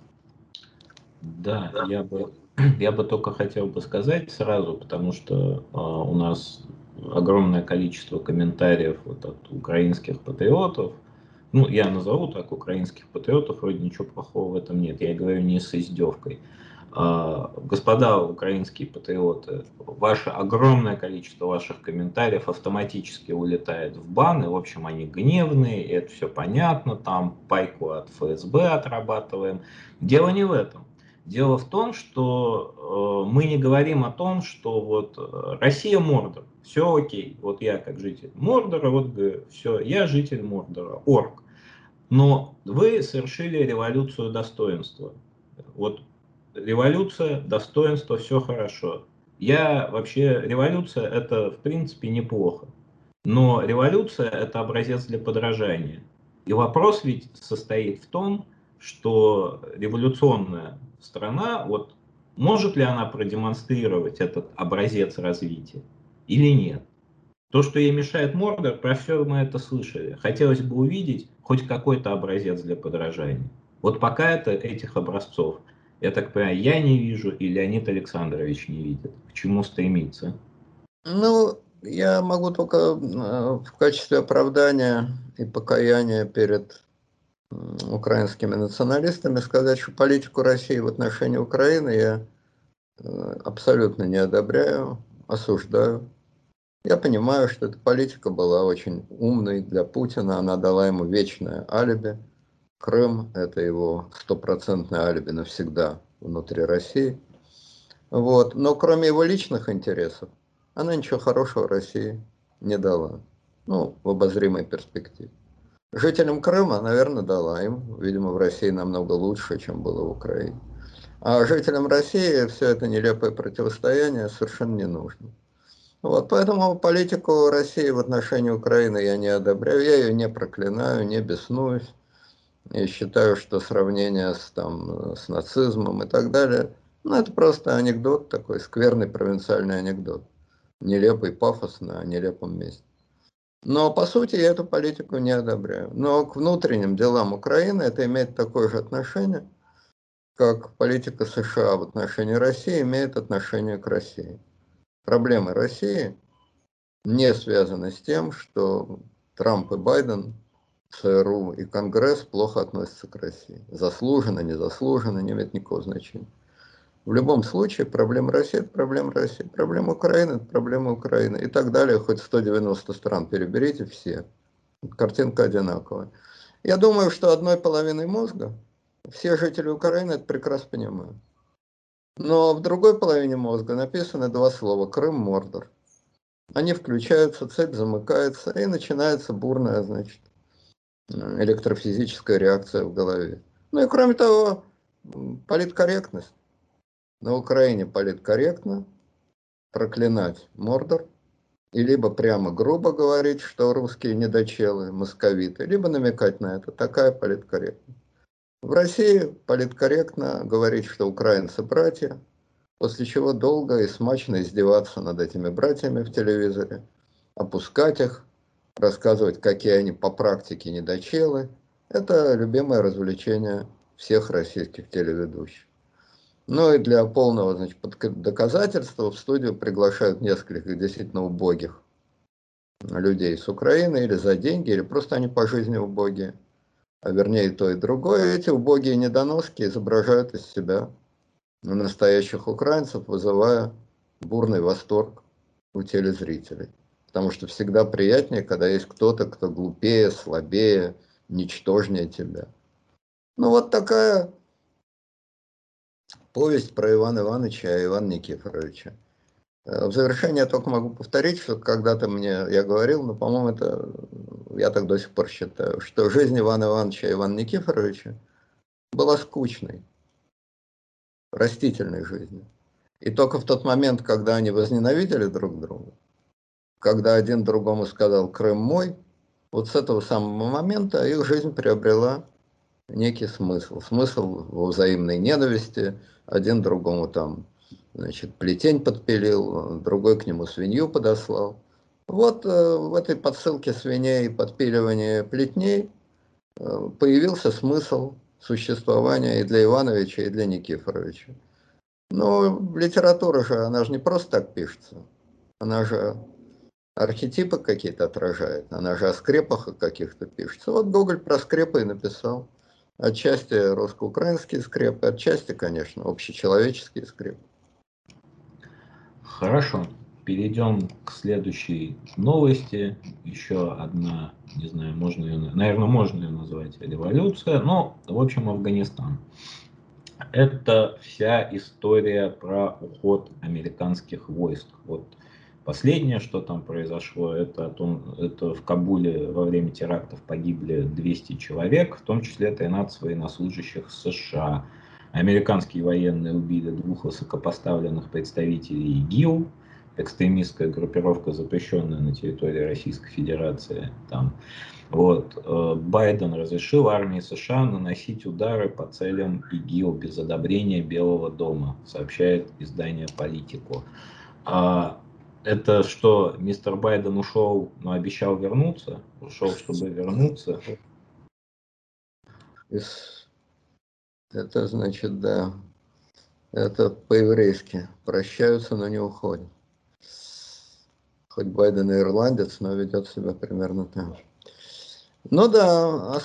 Да, я бы только хотел бы сказать сразу, потому что у нас огромное количество комментариев вот от украинских патриотов. Ну, я назову так, украинских патриотов, вроде ничего плохого в этом нет. Я говорю не с издевкой. Господа украинские патриоты, ваше огромное количество ваших комментариев автоматически улетает в бан, и, в общем, они гневные, и это все понятно, там пайку от ФСБ отрабатываем. Дело не в этом. Дело в том, что мы не говорим о том, что вот Россия Мордор, все окей, вот я как житель Мордора, вот говорю, все, я житель Мордора, орк. Но вы совершили революцию достоинства. Вот революция, достоинство, все хорошо. Я вообще, революция это в принципе неплохо. Но революция это образец для подражания. И вопрос ведь состоит в том, что революционная страна, вот может ли она продемонстрировать этот образец развития или нет. То, что ей мешает Мордор, про все мы это слышали. Хотелось бы увидеть хоть какой-то образец для подражания. Вот пока этих образцов, я так понимаю, я не вижу и Леонид Александрович не видит. К чему стремиться? Ну, я могу только в качестве оправдания и покаяния перед украинскими националистами сказать, что политику России в отношении Украины я абсолютно не одобряю, осуждаю. Я понимаю, что эта политика была очень умной для Путина, она дала ему вечное алиби. Крым – это его стопроцентное алиби навсегда внутри России. Вот. Но кроме его личных интересов, она ничего хорошего России не дала. Ну, в обозримой перспективе. Жителям Крыма, наверное, дала. Им, видимо, в России намного лучше, чем было в Украине. А жителям России все это нелепое противостояние совершенно не нужно. Вот, поэтому политику России в отношении Украины я не одобряю, я ее не проклинаю, не беснуюсь. И считаю, что сравнение с нацизмом и так далее, ну, это просто анекдот такой, скверный провинциальный анекдот. Нелепый, пафосный, о нелепом месте. Но, по сути, я эту политику не одобряю. Но к внутренним делам Украины это имеет такое же отношение, как политика США в отношении России имеет отношение к России. Проблемы России не связаны с тем, что Трамп и Байден, ЦРУ и Конгресс плохо относятся к России. Заслуженно, незаслуженно, не имеет никакого значения. В любом случае, проблема России – это проблема России. Проблема Украины – это проблема Украины. И так далее, хоть 190 стран переберите все. Картинка одинаковая. Я думаю, что одной половиной мозга все жители Украины это прекрасно понимают. Но в другой половине мозга написаны два слова «Крым», «Мордор». Они включаются, цепь замыкается, и начинается бурная, значит, электрофизическая реакция в голове. Ну и кроме того, политкорректность. На Украине политкорректно проклинать Мордор и либо прямо грубо говорить, что русские недочелы, московиты, либо намекать на это. Такая политкорректность. В России политкорректно говорить, что украинцы братья, после чего долго и смачно издеваться над этими братьями в телевизоре, опускать их, рассказывать, какие они по практике недочелы. Это любимое развлечение всех российских телеведущих. Ну и для полного, значит, доказательства в студию приглашают нескольких действительно убогих людей с Украины или за деньги, или просто они по жизни убогие, а вернее и то, и другое. Эти убогие недоноски изображают из себя настоящих украинцев, вызывая бурный восторг у телезрителей. Потому что всегда приятнее, когда есть кто-то, кто глупее, слабее, ничтожнее тебя. Ну вот такая повесть про Ивана Ивановича и Ивана Никифоровича. В завершение я только могу повторить, что когда-то я говорил, но, по-моему, это я так до сих пор считаю, что жизнь Ивана Ивановича и Ивана Никифоровича была скучной, растительной жизнью. И только в тот момент, когда они возненавидели друг друга, когда один другому сказал «Крым мой», вот с этого самого момента их жизнь приобрела некий смысл. Смысл во взаимной ненависти. Один другому там, значит, плетень подпилил, другой к нему свинью подослал. Вот в этой подсылке свиней и подпиливании плетней появился смысл существования и для Ивановича, и для Никифоровича. Но литература же, она же не просто так пишется. Она же архетипы какие-то отражает, она же о скрепах каких-то пишется. Вот Гоголь про скрепы и написал. Отчасти русско-украинские скрепы, отчасти, конечно, общечеловеческие скрепы. Хорошо. Перейдем к следующей новости. Еще одна, не знаю, можно ее, наверное, можно ее назвать революция, но, в общем, Афганистан. Это вся история про уход американских войск. Вот последнее, что там произошло, это в Кабуле во время терактов погибли 200 человек, в том числе 13 военнослужащих США. Американские военные убили двух высокопоставленных представителей ИГИЛ, экстремистская группировка, запрещенная на территории Российской Федерации. Там вот. Байден разрешил армии США наносить удары по целям ИГИЛ без одобрения Белого дома, сообщает издание «Политику». Это что, мистер Байден ушел, но обещал вернуться? Ушел, чтобы вернуться? Это значит, да, это по-еврейски. Прощаются, но не уходят. Хоть Байден и ирландец, но ведет себя примерно так же. Ну да,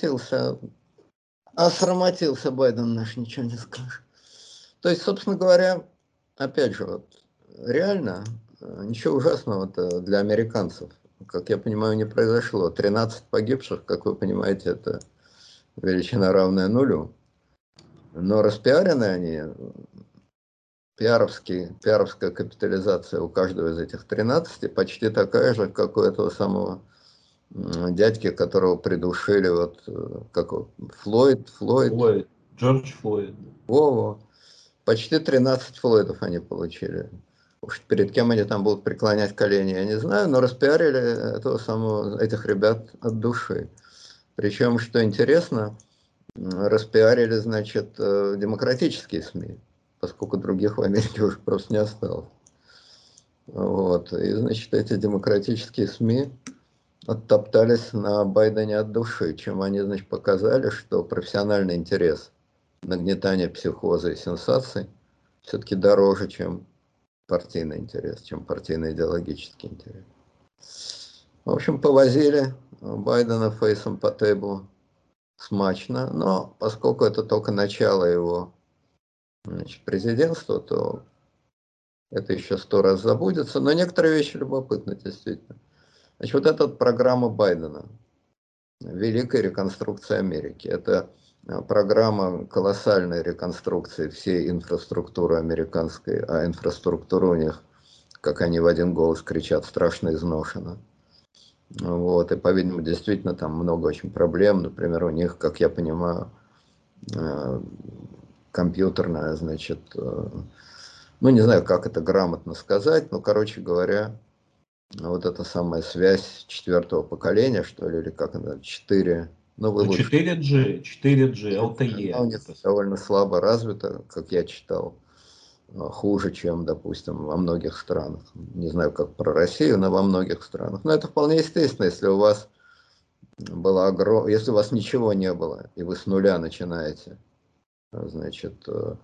осрамотился Байден наш, ничего не скажешь. То есть, собственно говоря, опять же, вот, реально ничего ужасного-то для американцев, как я понимаю, не произошло. 13 погибших, как вы понимаете, это величина равная нулю. Но распиарены они, пиаровская капитализация у каждого из этих 13 почти такая же, как у этого самого дядьки, которого придушили, вот, как Флойд, Флойд, Джордж Флойд. Вова. Почти 13 Флойдов они получили. Уж перед кем они там будут преклонять колени, я не знаю, но распиарили этих ребят от души. Причем, что интересно, распиарили, значит, демократические СМИ, поскольку других в Америке уже просто не осталось. Вот. И, значит, эти демократические СМИ оттоптались на Байдене от души, чем они, значит, показали, что профессиональный интерес, нагнетание психоза и сенсаций все-таки дороже, чем партийный интерес, чем партийно-идеологический интерес. В общем, повозили Байдена фейсом по тейблу смачно, но поскольку это только начало его, значит, президентства, то это еще 100 раз забудется, но некоторые вещи любопытны, действительно. Значит, вот эта программа Байдена, Великая реконструкция Америки, это программа колоссальной реконструкции всей инфраструктуры американской, а инфраструктура у них, как они в один голос кричат, страшно изношена. Вот, и, по-видимому, действительно там много очень проблем. Например, у них, как я понимаю, компьютерная, значит, ну, не знаю, как это грамотно сказать, но, короче говоря, вот эта самая связь четвертого поколения, что ли, или как она, 4, ну, вы Ну, лучше. 4G, 4G, Она у LTE. них довольно слабо развита, как я читал, хуже, чем, допустим, во многих странах. Не знаю, как про Россию, но во многих странах. Но это вполне естественно, если у вас если у вас ничего не было, и вы с нуля начинаете, значит,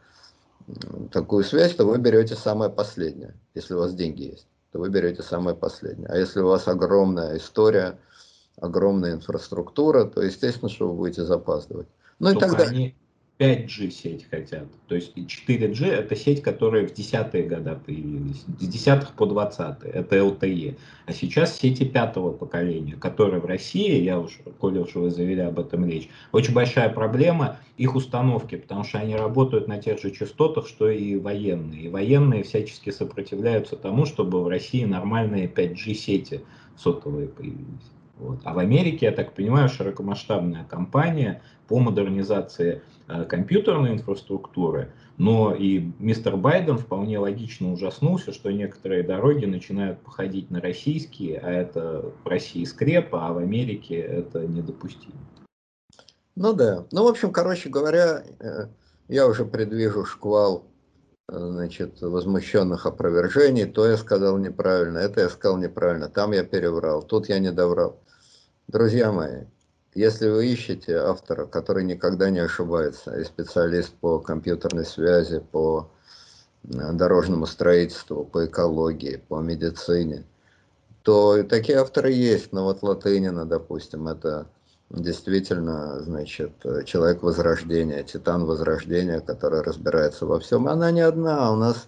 такую связь, то вы берете самое последнее. Если у вас деньги есть, то вы берете самое последнее. А если у вас огромная история, огромная инфраструктура, то естественно, что вы будете запаздывать. Ну и так Только далее. они 5G сеть хотят. То есть 4G это сеть, которая в 10-е годы появилась. С 10-х по 20-е. Это LTE. А сейчас сети пятого поколения, которые в России, я уже, коли уж вы завели об этом речь, очень большая проблема их установки, потому что они работают на тех же частотах, что и военные. И военные всячески сопротивляются тому, чтобы в России нормальные 5G сети сотовые появились. Вот. А в Америке, я так понимаю, широкомасштабная кампания по модернизации компьютерной инфраструктуры, но и мистер Байден вполне логично ужаснулся, что некоторые дороги начинают походить на российские, а это в России скрепа, а в Америке это недопустимо. Ну да. Ну, в общем, короче говоря, я уже предвижу шквал, значит, возмущенных опровержений. То я сказал неправильно, это я сказал неправильно, там я переврал, тут я не доврал. Друзья мои, если вы ищете автора, который никогда не ошибается, и специалист по компьютерной связи, по дорожному строительству, по экологии, по медицине, то такие авторы есть. Но вот Латынина, допустим, это действительно, значит, человек Возрождения, титан Возрождения, который разбирается во всем. Она не одна, у нас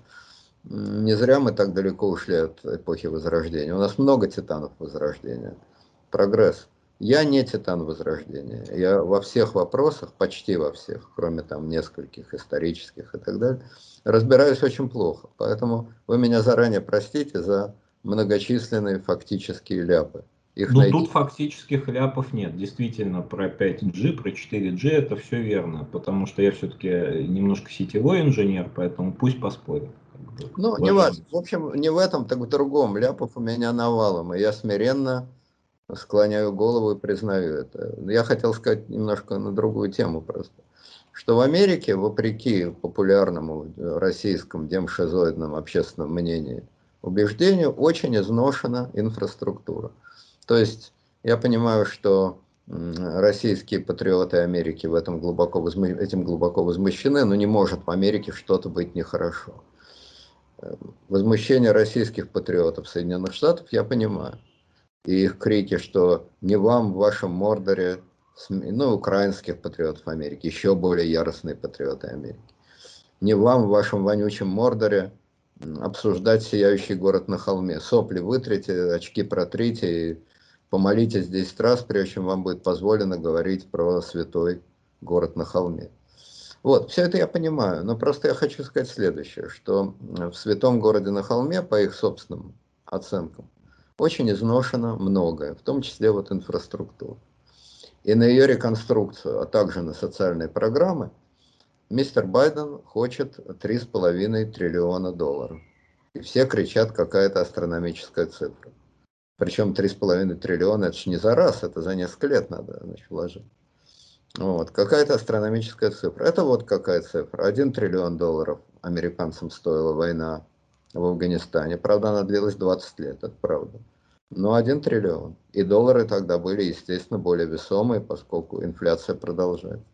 не зря мы так далеко ушли от эпохи Возрождения. У нас много титанов Возрождения. Прогресс. Я не титан Возрождения. Я во всех вопросах, почти во всех, кроме там нескольких исторических и так далее, разбираюсь очень плохо. Поэтому вы меня заранее простите за многочисленные фактические ляпы. Их Ну, найти. тут фактически хляпов нет. Действительно, про 5G, про 4G это все верно, потому что я все-таки немножко сетевой инженер, поэтому пусть поспорим. Ну, не важно. Уважаю. В общем, не в этом, так в другом. Ляпов у меня навалом, и я смиренно склоняю голову и признаю это. Я хотел сказать немножко на другую тему просто. Что в Америке, вопреки популярному российскому демшизоидному общественному мнению, убеждению, очень изношена инфраструктура. То есть я понимаю, что российские патриоты Америки в этом этим глубоко возмущены, но не может в Америке что-то быть нехорошо. Возмущение российских патриотов Соединенных Штатов я понимаю. И их крики, что не вам в вашем Мордоре, ну, украинских патриотов Америки, еще более яростные патриоты Америки, не вам в вашем вонючем Мордоре обсуждать сияющий город на холме. Сопли вытрите, очки протрите и помолитесь 10 раз, прежде чем вам будет позволено говорить про святой город на холме. Вот, все это я понимаю, но просто я хочу сказать следующее, что в святом городе на холме, по их собственным оценкам, очень изношено многое, в том числе вот инфраструктура. И на ее реконструкцию, а также на социальные программы мистер Байден хочет $3,5 триллиона. И все кричат, какая-то астрономическая цифра. Причем 3,5 триллиона, это же не за раз, это за несколько лет надо, значит, вложить. Вот, какая-то астрономическая цифра. Это вот какая цифра. $1 триллион американцам стоила война в Афганистане. Правда, она длилась 20 лет, это правда. Но 1 триллион. И доллары тогда были, естественно, более весомые, поскольку инфляция продолжается.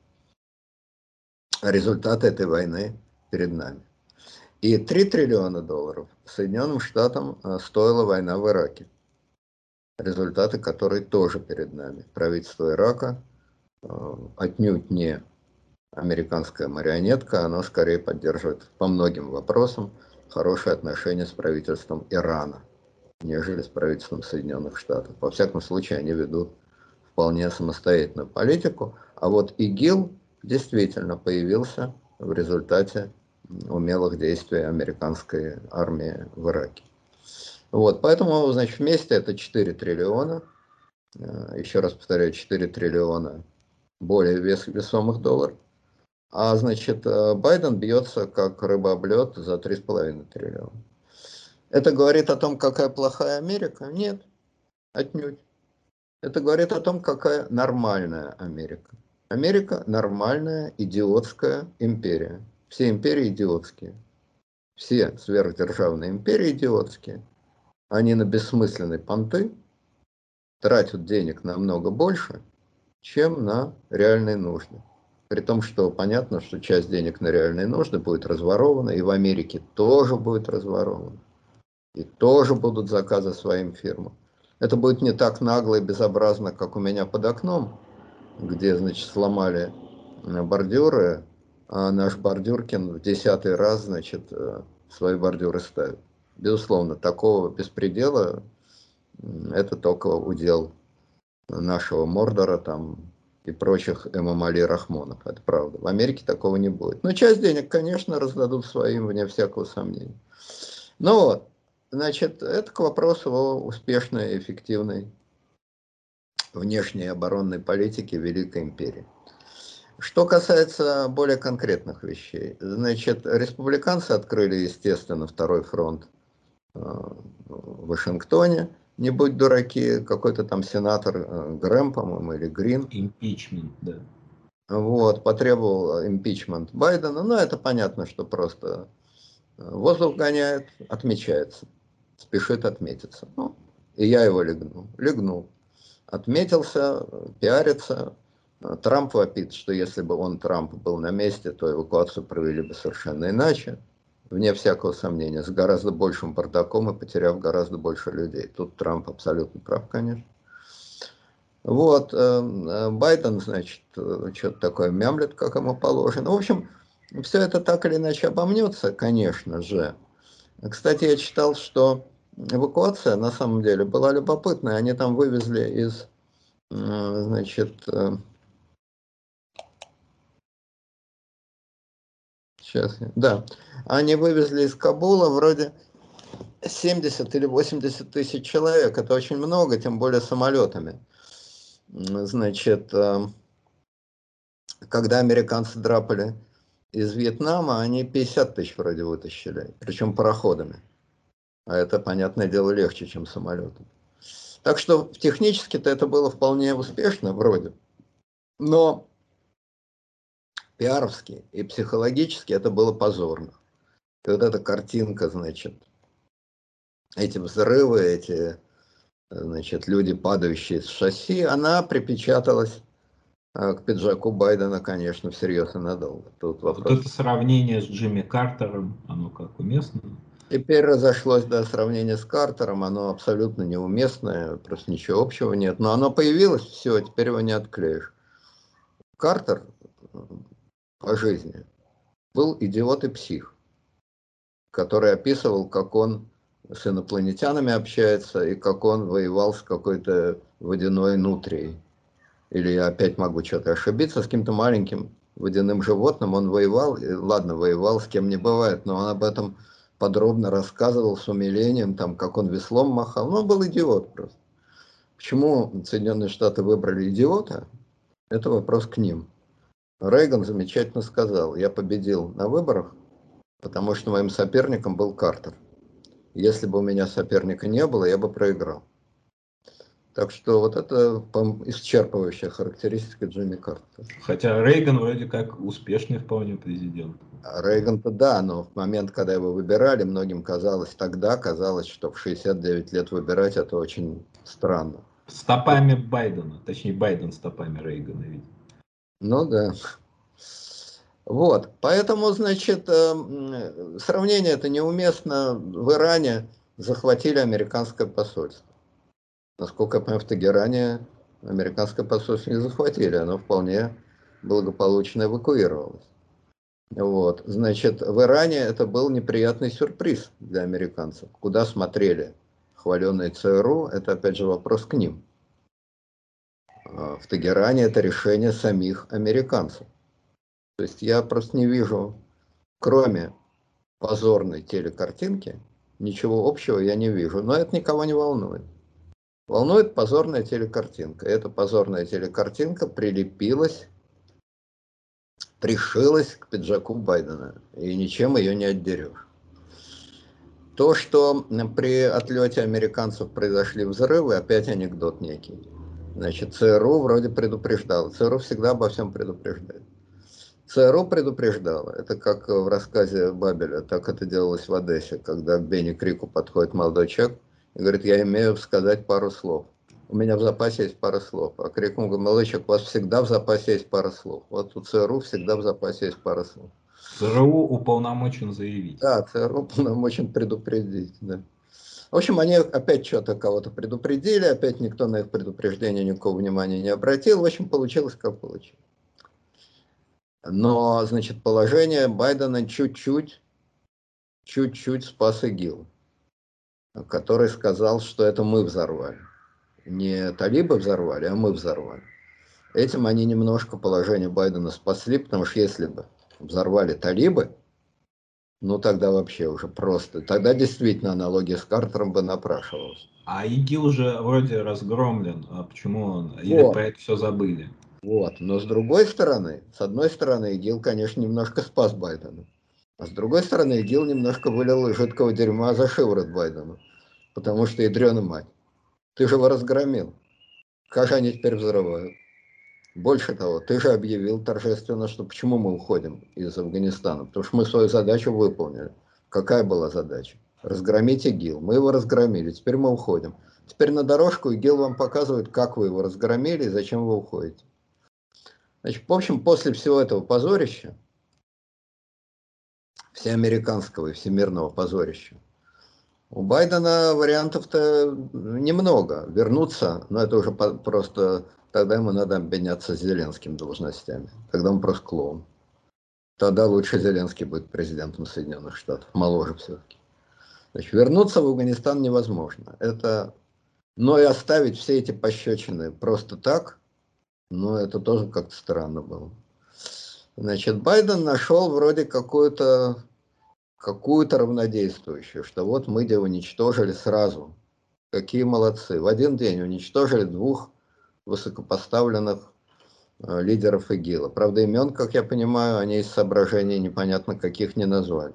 Результаты этой войны перед нами. И $3 триллиона Соединенным Штатам стоила война в Ираке. Результаты которой тоже перед нами. Правительство Ирака отнюдь не американская марионетка, оно скорее поддерживает по многим вопросам хорошие отношения с правительством Ирана, нежели с правительством Соединенных Штатов. Во всяком случае, они ведут вполне самостоятельную политику. А вот ИГИЛ действительно появился в результате умелых действий американской армии в Ираке. Вот, поэтому, значит, вместе это 4 триллиона. Еще раз повторяю, 4 триллиона более весомых долларов. А, значит, Байден бьется как рыба об лед за 3,5 триллиона. Это говорит о том, какая плохая Америка? Нет, отнюдь. Это говорит о том, какая нормальная Америка. Америка нормальная, идиотская империя. Все империи идиотские. Все сверхдержавные империи идиотские. Они на бессмысленные понты тратят денег намного больше, чем на реальные нужды. При том, что понятно, что часть денег на реальные нужды будет разворована, и в Америке тоже будет разворована. И тоже будут заказы своим фирмам. Это будет не так нагло и безобразно, как у меня под окном, где, значит, сломали бордюры, а наш Бордюркин в 10-й раз, значит, свои бордюры ставит. Безусловно, такого беспредела это только удел нашего Мордора там и прочих Эмомали Рахмонов. Это правда. В Америке такого не будет. Но часть денег, конечно, раздадут своим, вне всякого сомнения. Ну вот, значит, это к вопросу о успешной и эффективной внешней оборонной политике Великой Империи. Что касается более конкретных вещей, значит, республиканцы открыли, естественно, второй фронт в Вашингтоне. Не будь дураки, какой-то там сенатор Грэм, по-моему, или Грин. Импичмент, да. Вот, потребовал импичмент Байдена. Ну, это понятно, что просто воздух гоняет, отмечается, спешит отметиться. Ну, и я его легнул. Отметился, пиарится. Трамп вопит, что если бы он, Трамп, был на месте, то эвакуацию провели бы совершенно иначе, вне всякого сомнения, с гораздо большим бардаком и потеряв гораздо больше людей. Тут Трамп абсолютно прав, конечно. Вот, Байден, значит, что-то такое мямлет, как ему положено. В общем, все это так или иначе обомнется, конечно же. Кстати, я читал, что эвакуация на самом деле была любопытная. Они там вывезли из, значит, сейчас, да, они вывезли из Кабула вроде 70 или 80 тысяч человек. Это очень много, тем более самолетами. Значит, когда американцы драпали из Вьетнама, они 50 тысяч вроде вытащили, причем пароходами. А это, понятное дело, легче, чем самолетом. Так что технически-то это было вполне успешно, вроде. Но пиаровски и психологически это было позорно. И вот эта картинка, значит, эти взрывы, эти, значит, люди, падающие с шасси, она припечаталась к пиджаку Байдена, конечно, всерьез и надолго. Тут Вот вопрос. это сравнение с Джимми Картером, оно как уместно? Теперь разошлось, да, сравнение с Картером, оно абсолютно неуместное, просто ничего общего нет. Но оно появилось, все, теперь его не отклеишь. Картер по жизни был идиот и псих, который описывал, как он с инопланетянами общается и как он воевал с какой-то водяной нутрией. Или я опять могу что-то ошибиться, с каким-то маленьким водяным животным он воевал, и, ладно, воевал, с кем не бывает, но он об этом подробно рассказывал с умилением, там, как он веслом махал. Ну, он был идиот просто. Почему Соединенные Штаты выбрали идиота? Это вопрос к ним. Рейган замечательно сказал: я победил на выборах, потому что моим соперником был Картер. Если бы у меня соперника не было, я бы проиграл. Так что вот это исчерпывающая характеристика Джимми Картера. Хотя Рейган вроде как успешный вполне президент. Рейган-то да, но в момент, когда его выбирали, многим казалось, что в 69 лет выбирать это очень странно. Стопами Байдена, точнее Байден стопами Рейгана, видимо. Ну да. Вот, поэтому, значит, сравнение это неуместно. В Иране захватили американское посольство. Насколько я понимаю, в Тегеране американское посольство не захватили, оно вполне благополучно эвакуировалось. Вот, значит, в Иране это был неприятный сюрприз для американцев. Куда смотрели хваленые ЦРУ, это опять же вопрос к ним. В Тегеране это решение самих американцев. То есть я просто не вижу, кроме позорной телекартинки, ничего общего я не вижу. Но это никого не волнует. Волнует позорная телекартинка. Эта позорная телекартинка пришилась к пиджаку Байдена. И ничем ее не отдерешь. То, что при отлете американцев произошли взрывы, опять анекдот некий. Значит, ЦРУ вроде предупреждал. ЦРУ всегда обо всем предупреждает. ЦРУ предупреждало. Это как в рассказе Бабеля, так это делалось в Одессе, когда к Бенни Крику подходит молодой человек и говорит: я имею сказать пару слов. У меня в запасе есть пара слов. А Крик ему говорит: молодой человек, у вас всегда в запасе есть пара слов. Вот у ЦРУ всегда в запасе есть пара слов. ЦРУ уполномочен заявить. Да, ЦРУ уполномочен предупредить, да. В общем, они опять что-то кого-то предупредили, опять никто на их предупреждение никакого внимания не обратил. В общем, получилось как получилось. Но, значит, положение Байдена чуть-чуть спас ИГИЛ, который сказал, что это мы взорвали. Не талибы взорвали, а мы взорвали. Этим они немножко положение Байдена спасли, потому что если бы взорвали талибы, ну тогда вообще уже просто, тогда действительно аналогия с Картером бы напрашивалась. А ИГИЛ же вроде разгромлен. А почему он? Или Вот, про это все забыли? вот. Но с другой стороны, с одной стороны, ИГИЛ, конечно, немножко спас Байдена. А с другой стороны, ИГИЛ немножко вылил жидкого дерьма за шиворот Байдену. Потому что, ядрёна мать, ты же его разгромил. Как же они теперь взрывают? Больше того, ты же объявил торжественно, что почему мы уходим из Афганистана. Потому что мы свою задачу выполнили. Какая была задача? Разгромить ИГИЛ. Мы его разгромили, теперь мы уходим. Теперь на дорожку ИГИЛ вам показывает, как вы его разгромили и зачем вы уходите. Значит, в общем, после всего этого позорища, всеамериканского и всемирного позорища, у Байдена вариантов-то немного. Вернуться, но это уже просто... Тогда ему надо обменяться с Зеленским должностями. Тогда он просто клоун. Тогда лучше Зеленский будет президентом Соединенных Штатов. Моложе все-таки. Значит, вернуться в Афганистан невозможно. Это... Но и оставить все эти пощечины просто так, ну, это тоже как-то странно было. Значит, Байден нашел вроде какую-то равнодействующую, что вот мы где уничтожили сразу. Какие молодцы. В один день уничтожили двух высокопоставленных лидеров ИГИЛа. Правда, имен, как я понимаю, они из соображений непонятно каких не назвали.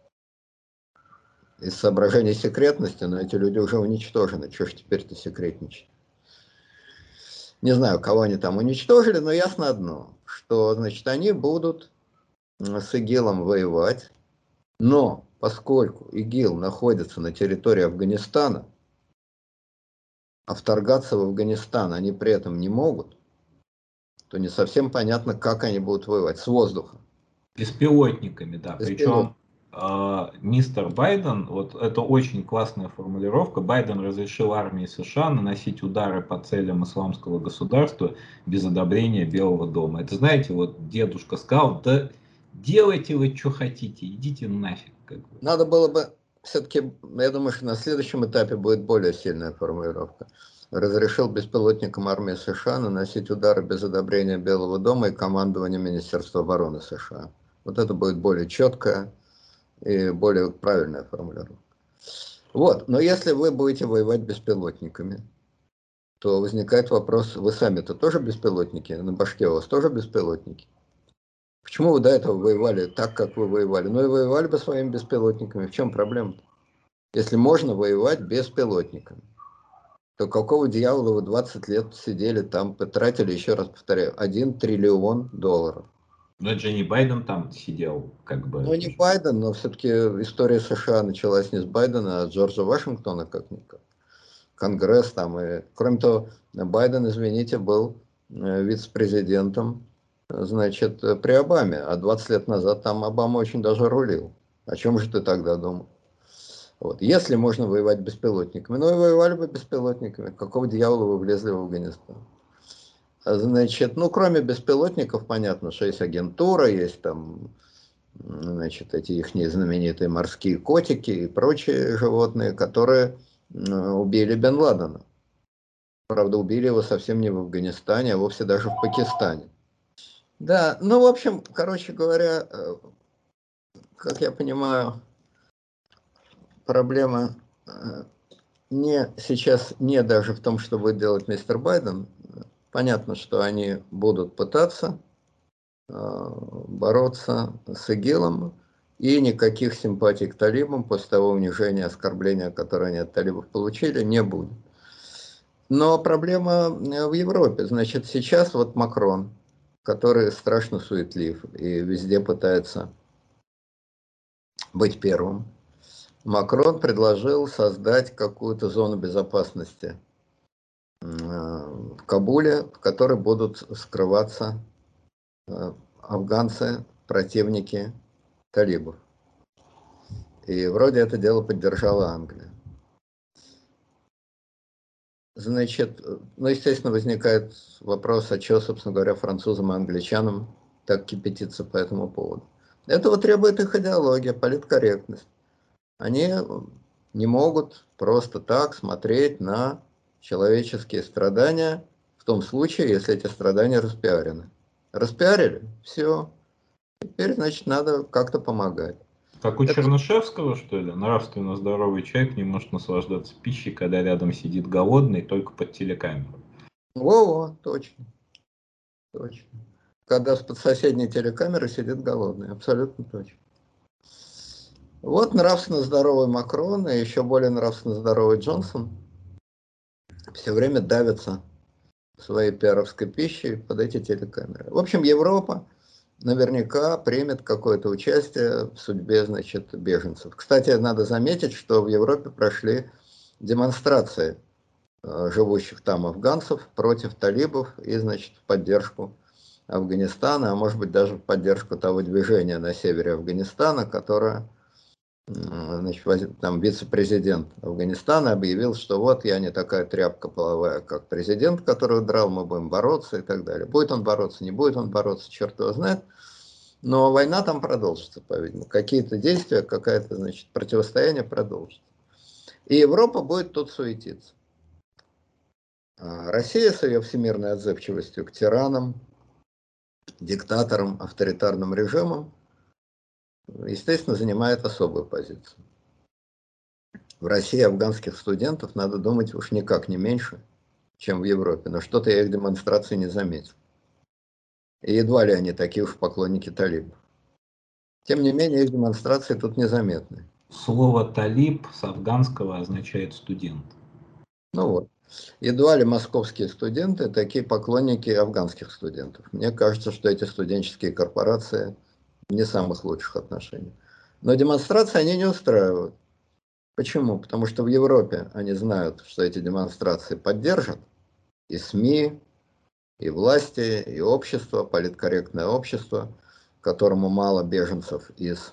Из соображений секретности, но эти люди уже уничтожены. Чего ж теперь-то секретничать? Не знаю, кого они там уничтожили, но ясно одно, что, значит, они будут с ИГИЛом воевать, но поскольку ИГИЛ находится на территории Афганистана, а вторгаться в Афганистан они при этом не могут, то не совсем понятно, как они будут воевать. С воздуха. Беспилотниками, да. Беспилот. Причем мистер Байден, вот это очень классная формулировка, Байден разрешил армии США наносить удары по целям исламского государства без одобрения Белого дома. Это, знаете, вот дедушка сказал: да делайте вы, что хотите, идите нафиг. Как бы. Надо было бы все-таки, я думаю, что на следующем этапе будет более сильная формулировка. Разрешил беспилотникам армии США наносить удары без одобрения Белого дома и командования Министерства обороны США. Вот это будет более четкое, и более правильная формулировка. Вот, но если вы будете воевать беспилотниками, то возникает вопрос, вы сами-то тоже беспилотники, на башке у вас тоже беспилотники? Почему вы до этого воевали так, как вы воевали? Ну и воевали бы своими беспилотниками, в чем проблема-то? Если можно воевать беспилотниками, то какого дьявола вы 20 лет сидели там, потратили, еще раз повторяю, 1 триллион долларов? Но это же не Байден там сидел, как бы. Ну, не Байден, но все-таки история США началась не с Байдена, а с Джорджа Вашингтона, как-никак. Конгресс там. И, кроме того, Байден, извините, был вице-президентом, значит, при Обаме. А 20 лет назад там Обама очень даже рулил. О чем же ты тогда думал? Вот. Если можно воевать беспилотниками, ну и воевали бы беспилотниками. Какого дьявола вы влезли в Афганистан? Значит, ну, кроме беспилотников, понятно, что есть агентура, есть там, значит, эти их знаменитые морские котики и прочие животные, которые убили Бен Ладена. Правда, убили его совсем не в Афганистане, а вовсе даже в Пакистане. Да, ну, в общем, короче говоря, как я понимаю, проблема не сейчас не даже в том, что будет делать мистер Байден. Понятно, что они будут пытаться бороться с ИГИЛом, и никаких симпатий к талибам после того унижения, оскорбления, которое они от талибов получили, не будет. Но проблема в Европе. Значит, сейчас вот Макрон, который страшно суетлив и везде пытается быть первым, Макрон предложил создать какую-то зону безопасности в Кабуле, в которой будут скрываться афганцы, противники талибов. И вроде это дело поддержала Англия. Значит, ну, естественно, возникает вопрос, а что, собственно говоря, французам и англичанам так кипятиться по этому поводу. Этого требует их идеология, политкорректность. Они не могут просто так смотреть на человеческие страдания в том случае, если эти страдания распиарены. Распиарили? Все. Теперь, значит, надо как-то помогать. Как у Это Чернышевского, что ли? Нравственно здоровый человек не может наслаждаться пищей, когда рядом сидит голодный, только под телекамеру. во-во, точно, точно. Когда под соседней телекамерой сидит голодный, абсолютно точно. Вот нравственно здоровый Макрон и еще более нравственно здоровый Джонсон все время давятся своей пиаровской пищей под эти телекамеры. В общем, Европа наверняка примет какое-то участие в судьбе, значит, беженцев. Кстати, надо заметить, что в Европе прошли демонстрации живущих там афганцев против талибов и, значит, в поддержку Афганистана, а может быть даже в поддержку того движения на севере Афганистана, которое, значит, там вице-президент Афганистана объявил, что вот я не такая тряпка половая, как президент, который драл, мы будем бороться и так далее. Будет он бороться, не будет он бороться, черт его знает. Но война там продолжится, по-видимому. Какие-то действия, какое-то, значит, противостояние продолжится. И Европа будет тут суетиться. Россия с ее всемирной отзывчивостью к тиранам, диктаторам, авторитарным режимам, естественно, занимает особую позицию. В России афганских студентов, надо думать, уж никак не меньше, чем в Европе. Но что-то я их демонстрации не заметил. И едва ли они такие уж поклонники талибов. Тем не менее, их демонстрации тут незаметны. Слово «талиб» с афганского означает «студент». Ну вот. Едва ли московские студенты такие поклонники афганских студентов. Мне кажется, что эти студенческие корпорации не самых лучших отношений. Но демонстрации они не устраивают. Почему? Потому что в Европе они знают, что эти демонстрации поддержат и СМИ, и власти, и общество, политкорректное общество, которому мало беженцев из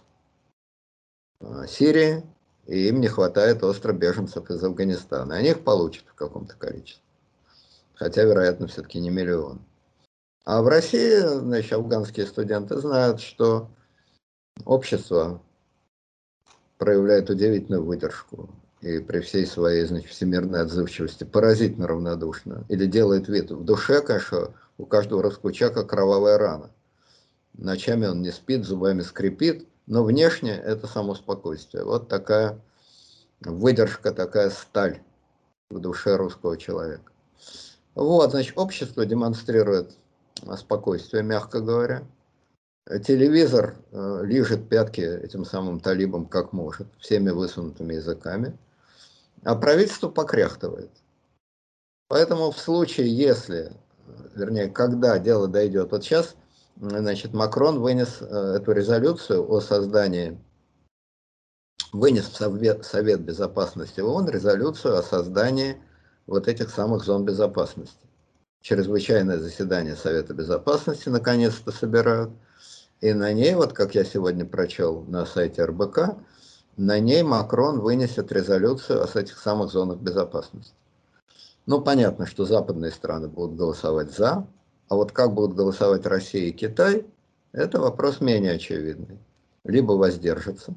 Сирии, и им не хватает остро беженцев из Афганистана. Они их получат в каком-то количестве. Хотя, вероятно, все-таки не миллион. А в России, значит, афганские студенты знают, что общество проявляет удивительную выдержку и при всей своей, значит, всемирной отзывчивости поразительно равнодушно. Или делает вид. В душе, конечно, у каждого раскучака кровавая рана. Ночами он не спит, зубами скрипит, но внешне это само спокойствие. Вот такая выдержка, такая сталь в душе русского человека. Вот, значит, общество демонстрирует спокойствие, мягко говоря. Телевизор лижет пятки этим самым талибам как может, всеми высунутыми языками, а правительство покряхтывает. Поэтому в случае, если, вернее, когда дело дойдет, вот сейчас, значит, Макрон вынес эту резолюцию о создании, вынес в Совет Безопасности ООН резолюцию о создании вот этих самых зон безопасности. Чрезвычайное заседание Совета Безопасности наконец-то собирают. И на ней, вот как я сегодня прочел на сайте РБК, на ней Макрон вынесет резолюцию о этих самых зонах безопасности. Ну, понятно, что западные страны будут голосовать за, а вот как будут голосовать Россия и Китай, это вопрос менее очевидный. Либо воздержатся,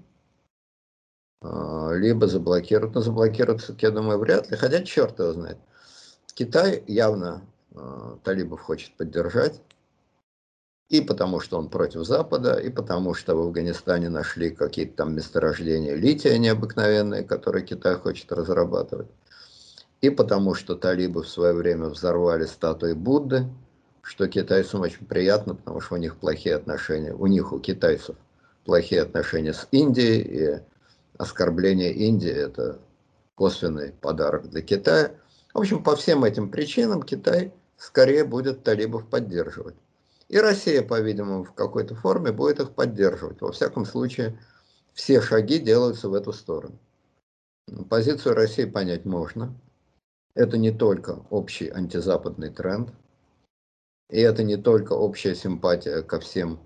либо заблокируют. Но заблокируют, я думаю, вряд ли, хотя черт его знает. Китай явно талибов хочет поддержать. И потому что он против Запада, и потому что в Афганистане нашли какие-то там месторождения лития необыкновенные, которые Китай хочет разрабатывать. И потому что талибы в свое время взорвали статуи Будды, что китайцам очень приятно, потому что у них плохие отношения, у китайцев плохие отношения с Индией, и оскорбление Индии – это косвенный подарок для Китая. В общем, по всем этим причинам Китай скорее будет талибов поддерживать. И Россия, по-видимому, в какой-то форме будет их поддерживать. Во всяком случае, все шаги делаются в эту сторону. Позицию России понять можно. Это не только общий антизападный тренд, и это не только общая симпатия ко всем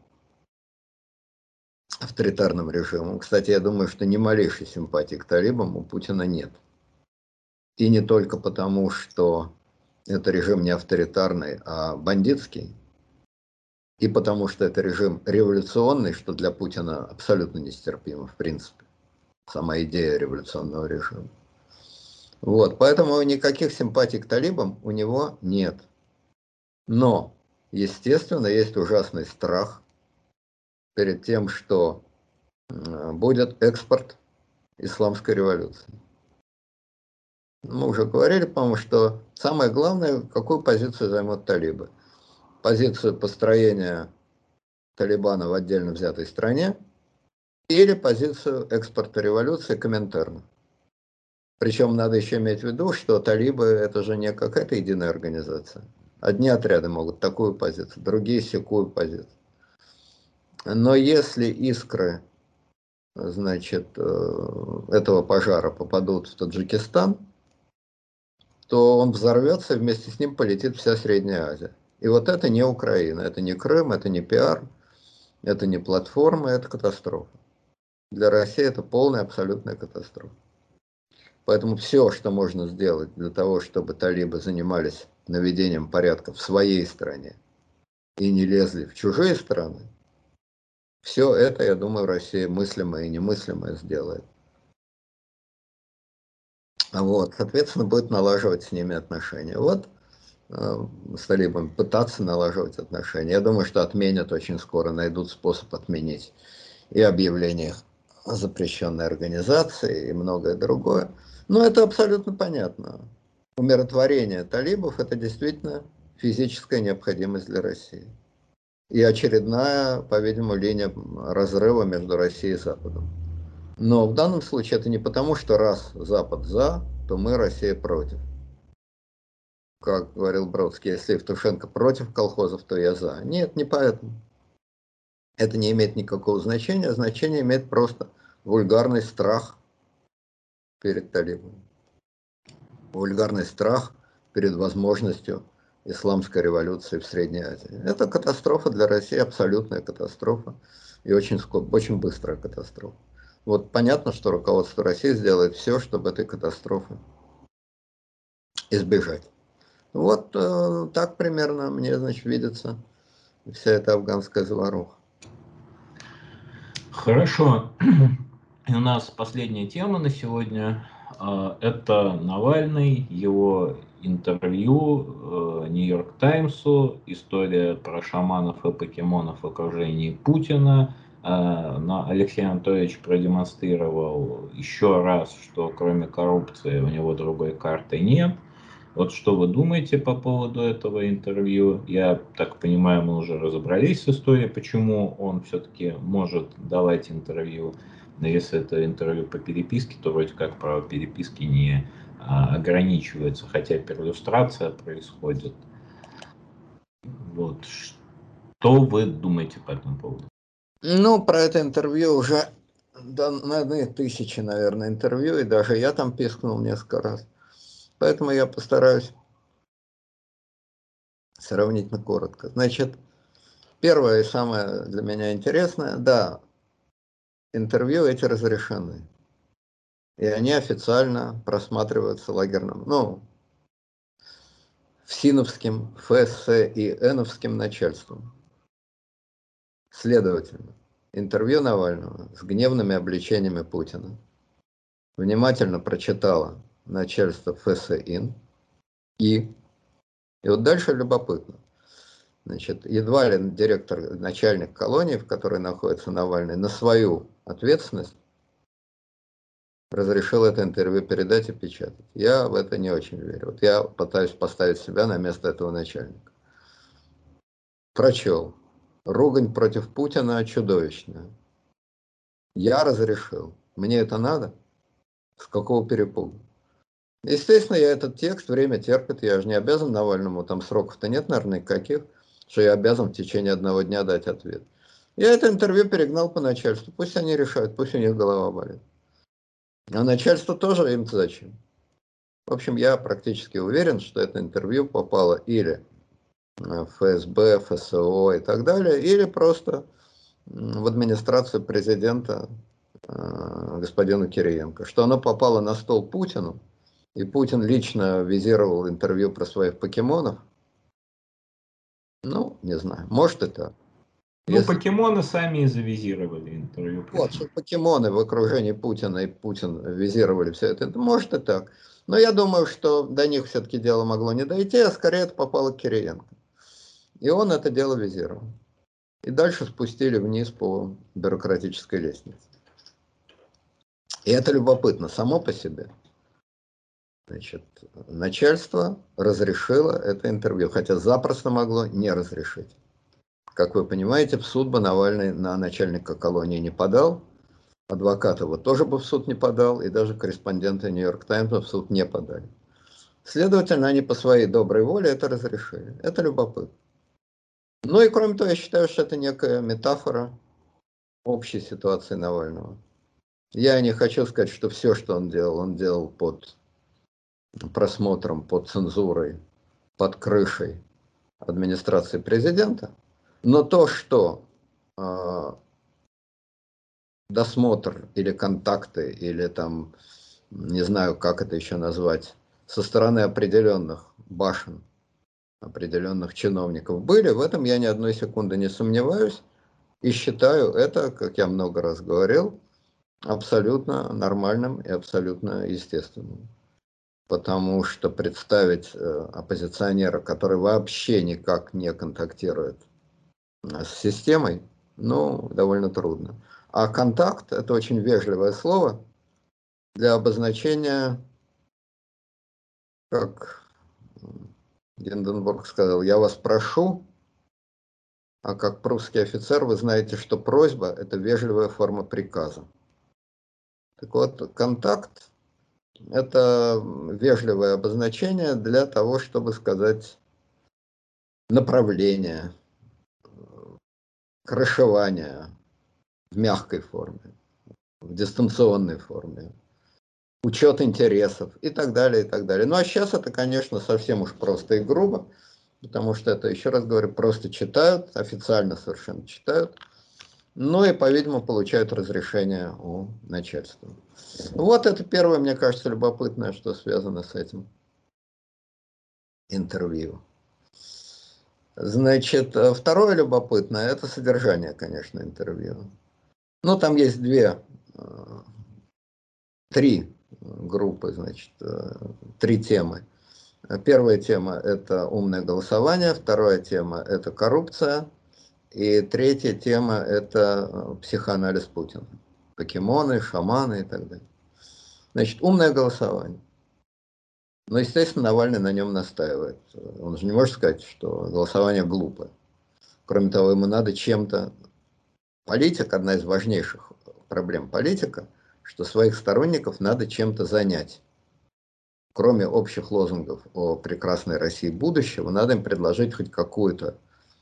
авторитарным режимам. Кстати, я думаю, что ни малейшей симпатии к талибам у Путина нет. И не только потому, что это режим не авторитарный, а бандитский, и потому что это режим революционный, что для Путина абсолютно нестерпимо, в принципе, сама идея революционного режима. Вот, поэтому никаких симпатий к талибам у него нет. Но, естественно, есть ужасный страх перед тем, что будет экспорт исламской революции. Мы уже говорили, по-моему, что самое главное, какую позицию займут талибы. Позицию построения Талибана в отдельно взятой стране или позицию экспорта революции Коминтерна. Причем надо еще иметь в виду, что талибы это же не какая-то единая организация. Одни отряды могут такую позицию, другие сякую позицию. Но если искры, значит, этого пожара попадут в Таджикистан, то он взорвется, и вместе с ним полетит вся Средняя Азия. И вот это не Украина, это не Крым, это не пиар, это не платформа, это катастрофа. Для России это полная, абсолютная катастрофа. Поэтому все, что можно сделать для того, чтобы талибы занимались наведением порядка в своей стране и не лезли в чужие страны, все это, я думаю, Россия мыслимое и немыслимое сделает. Вот, соответственно, будет налаживать с ними отношения. Вот с талибами пытаться налаживать отношения. Я думаю, что отменят очень скоро, найдут способ отменить и объявление о запрещенной организации и многое другое. Но это абсолютно понятно. Умиротворение талибов – это действительно физическая необходимость для России. И очередная, по-видимому, линия разрыва между Россией и Западом. Но в данном случае это не потому, что раз Запад за, то мы, Россия, против. Как говорил Бродский, если Евтушенко против колхозов, то я за. Нет, не поэтому. Это не имеет никакого значения. Значение имеет просто вульгарный страх перед талибами. Вульгарный страх перед возможностью исламской революции в Средней Азии. Это катастрофа для России, абсолютная катастрофа. И очень быстрая катастрофа. Вот понятно, что руководство России сделает все, чтобы этой катастрофы избежать. Вот так примерно мне, значит, видится вся эта афганская заваруха. Хорошо. И у нас последняя тема на сегодня. Это Навальный, его интервью Нью-Йорк Таймсу, история про шаманов и покемонов в окружении Путина, но Алексей Анатольевич продемонстрировал еще раз, что кроме коррупции у него другой карты нет. Вот что вы думаете по поводу этого интервью? Я так понимаю, мы уже разобрались с историей, почему он все-таки может давать интервью. Но если это интервью по переписке, то вроде как право переписки не ограничивается, хотя перлюстрация происходит. Вот. Что вы думаете по этому поводу? Ну, про это интервью уже даны тысячи, наверное, интервью, и даже я там пискнул несколько раз. Поэтому я постараюсь сравнительно коротко. Значит, первое и самое для меня интересное, да, интервью эти разрешены. И они официально просматриваются лагерным, ну, ФСИНовским, ФСС и Эновским начальством. Следовательно, интервью Навального с гневными обличениями Путина внимательно прочитала начальство ФСИН и вот дальше любопытно. Значит, едва ли директор, начальник колонии, в которой находится Навальный, на свою ответственность разрешил это интервью передать и печатать. Я в это не очень верю. Вот я пытаюсь поставить себя на место этого начальника. Прочел. Ругань против Путина чудовищная. Я разрешил. Мне это надо? С какого перепугу? Естественно, я этот текст, время терпит, я же не обязан Навальному, там сроков-то нет, наверное, никаких, что я обязан в течение одного дня дать ответ. Я это интервью перегнал по начальству, пусть они решают, пусть у них голова болит. А начальство тоже им зачем? В общем, я практически уверен, что это интервью попало или в ФСБ, ФСО и так далее, или просто в администрацию президента господину Кириенко. Что оно попало на стол Путину, и Путин лично визировал интервью про своих покемонов, ну, не знаю, может и так. Ну, покемоны сами и завизировали интервью. Вот, что покемоны в окружении Путина и Путин визировали все это, может и так. Но я думаю, что до них все-таки дело могло не дойти, а скорее это попало к Кириенко. И он это дело визировал. И дальше спустили вниз по бюрократической лестнице. И это любопытно само по себе. Значит, начальство разрешило это интервью, хотя запросто могло не разрешить. Как вы понимаете, в суд бы Навальный на начальника колонии не подал, адвокат его тоже бы в суд не подал, и даже корреспонденты Нью-Йорк Таймс в суд не подали. Следовательно, они по своей доброй воле это разрешили. Это любопытно. Ну и кроме того, я считаю, что это некая метафора общей ситуации Навального. Я не хочу сказать, что все, что он делал под просмотром, под цензурой, под крышей администрации президента, но то, что досмотр или контакты, или там, не знаю, как это еще назвать, со стороны определенных башен, определенных чиновников были, в этом я ни одной секунды не сомневаюсь и считаю это, как я много раз говорил, абсолютно нормальным и абсолютно естественным. Потому что представить оппозиционера, который вообще никак не контактирует с системой, ну, довольно трудно. А контакт – это очень вежливое слово для обозначения, как Гинденбург сказал, я вас прошу, а как прусский офицер вы знаете, что просьба – это вежливая форма приказа. Так вот, контакт – это вежливое обозначение для того, чтобы сказать направление, крышевание в мягкой форме, в дистанционной форме, учет интересов и так далее, и так далее. Ну а сейчас это, конечно, совсем уж просто и грубо, потому что это, еще раз говорю, просто читают, официально совершенно читают, ну и, по-видимому, получают разрешение у начальства. Вот это первое, мне кажется, любопытное, что связано с этим интервью. Значит, второе любопытное, это содержание, конечно, интервью. Ну, там есть три группы, значит, три темы. Первая тема – это умное голосование, вторая тема – это коррупция, И третья тема – это психоанализ Путина. Покемоны, шаманы и так далее. Значит, умное голосование. Но, естественно, Навальный на нем настаивает. Он же не может сказать, что голосование глупое. Кроме того, ему надо чем-то... Политик, одна из важнейших проблем политика, что своих сторонников надо чем-то занять. Кроме общих лозунгов о прекрасной России будущего, надо им предложить хоть какую-то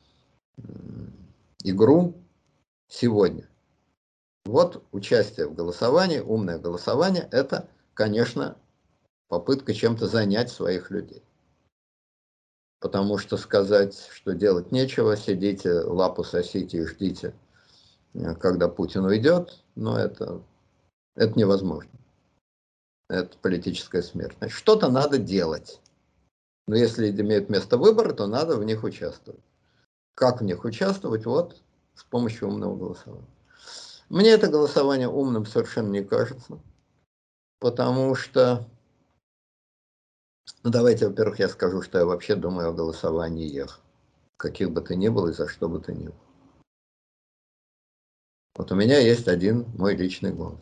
игру сегодня. Вот участие в голосовании, умное голосование, это, конечно, попытка чем-то занять своих людей. Потому что сказать, что делать нечего, сидите, лапу сосите и ждите, когда Путин уйдет, но это невозможно. Это политическая смерть. Значит, что-то надо делать. Но если имеют место выборы, то надо в них участвовать. Как в них участвовать? Вот с помощью умного голосования. Мне это голосование умным совершенно не кажется, потому что, ну давайте, во-первых, я скажу, что я вообще думаю о голосованиях, каких бы то ни было и за что бы то ни было. Вот у меня есть один мой личный голос.